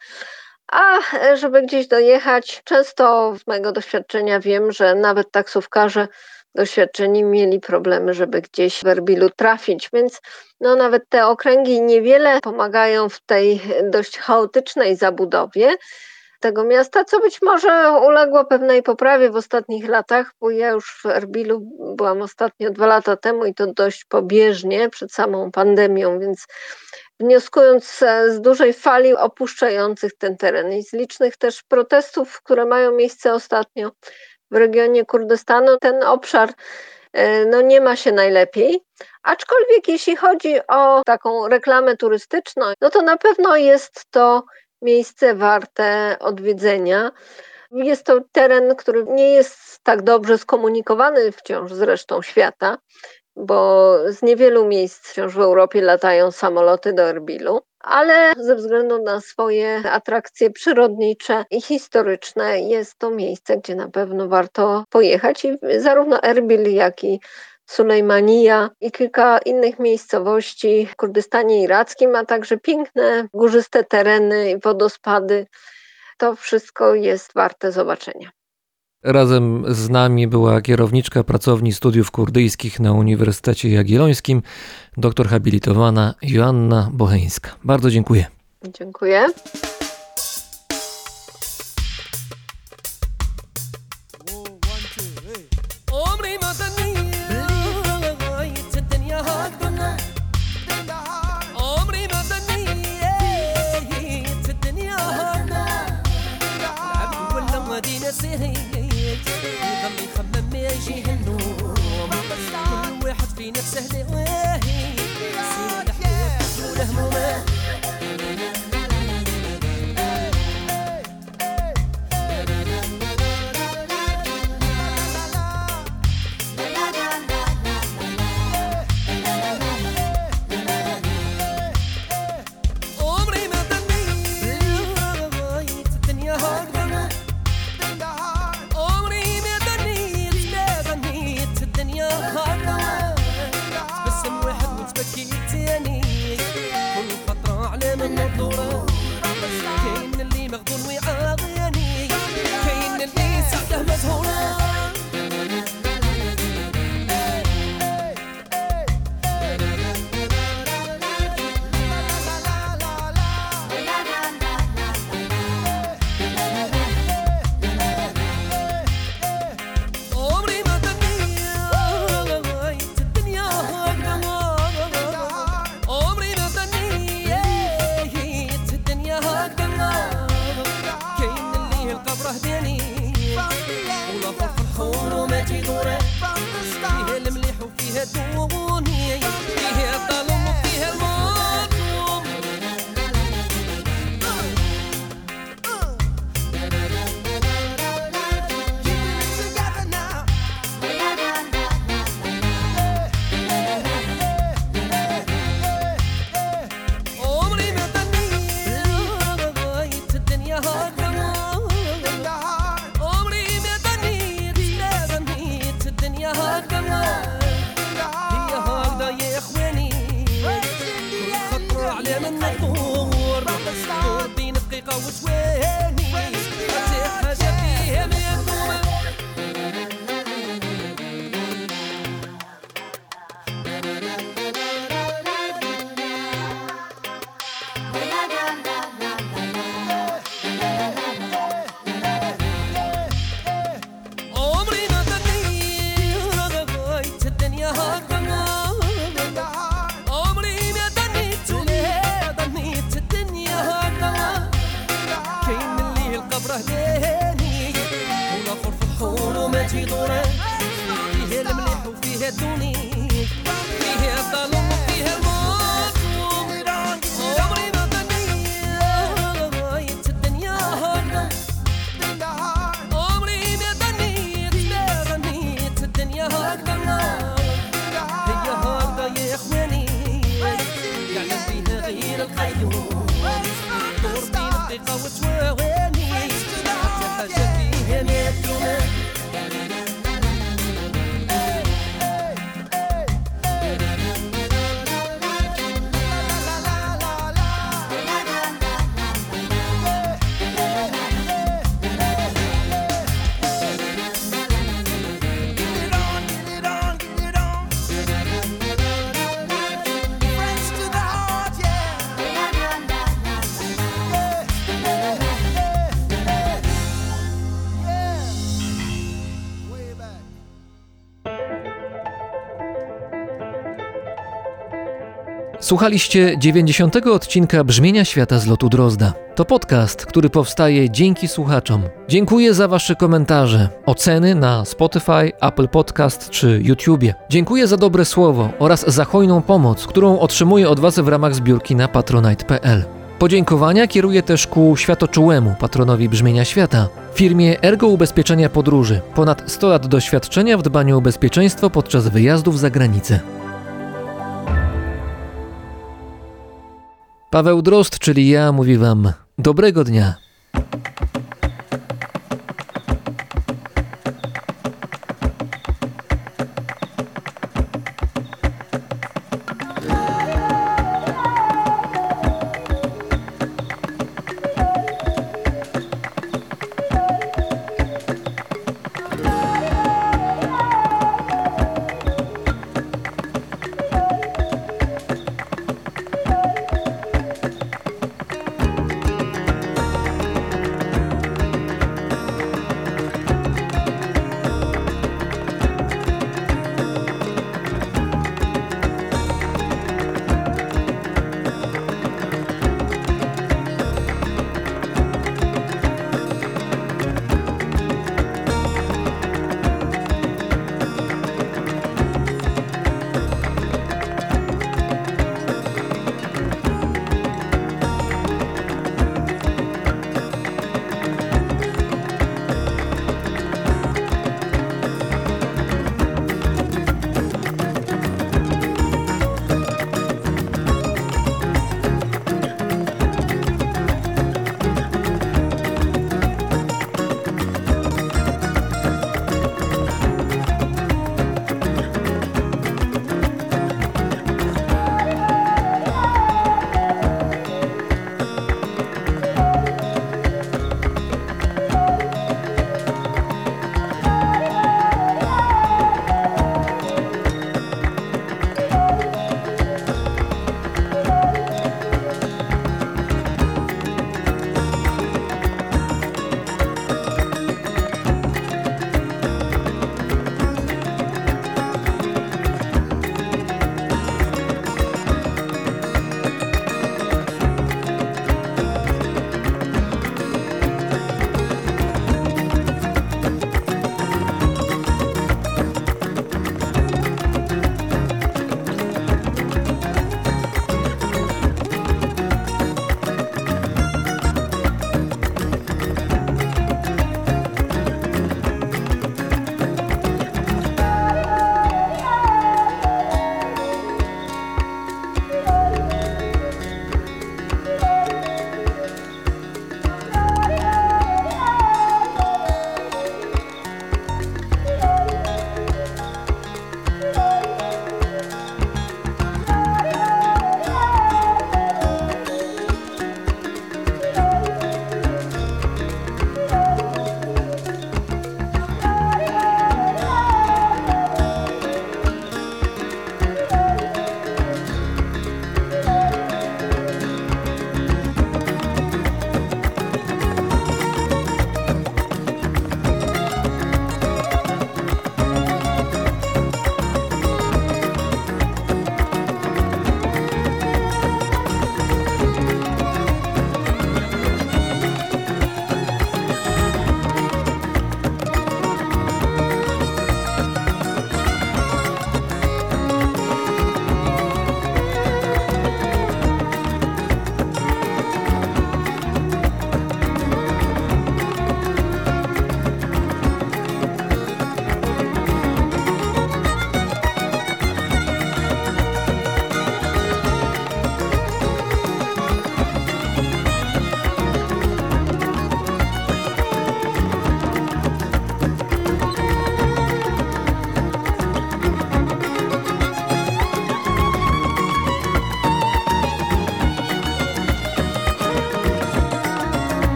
a żeby gdzieś dojechać, często z mojego doświadczenia wiem, że nawet taksówkarze doświadczeni mieli problemy, żeby gdzieś w Erbilu trafić, więc no nawet te okręgi niewiele pomagają w tej dość chaotycznej zabudowie tego miasta, co być może uległo pewnej poprawie w ostatnich latach, bo ja już w Erbilu byłam ostatnio dwa lata temu i to dość pobieżnie, przed samą pandemią, więc wnioskując z dużej fali opuszczających ten teren i z licznych też protestów, które mają miejsce ostatnio w regionie Kurdystanu, ten obszar no nie ma się najlepiej, aczkolwiek jeśli chodzi o taką reklamę turystyczną, no to na pewno jest to miejsce warte odwiedzenia. Jest to teren, który nie jest tak dobrze skomunikowany wciąż z resztą świata, bo z niewielu miejsc wciąż w Europie latają samoloty do Erbilu, ale ze względu na swoje atrakcje przyrodnicze i historyczne jest to miejsce, gdzie na pewno warto pojechać i zarówno Erbil, jak i Sulejmanija i kilka innych miejscowości w Kurdystanie irackim, a także piękne górzyste tereny i wodospady. To wszystko jest warte zobaczenia. Razem z nami była kierowniczka pracowni studiów kurdyjskich na Uniwersytecie Jagiellońskim, doktor habilitowana Joanna Bocheńska. Bardzo dziękuję. Dziękuję. Słuchaliście dziewięćdziesiątego odcinka Brzmienia Świata z lotu Drozda. To podcast, który powstaje dzięki słuchaczom. Dziękuję za wasze komentarze, oceny na Spotify, Apple Podcast czy YouTubie. Dziękuję za dobre słowo oraz za hojną pomoc, którą otrzymuję od was w ramach zbiórki na patronite kropka p l. Podziękowania kieruję też ku światoczułemu patronowi Brzmienia Świata, firmie Ergo Ubezpieczenia Podróży. Ponad sto lat doświadczenia w dbaniu o bezpieczeństwo podczas wyjazdów za granicę. Paweł Drozd, czyli ja, mówi wam dobrego dnia.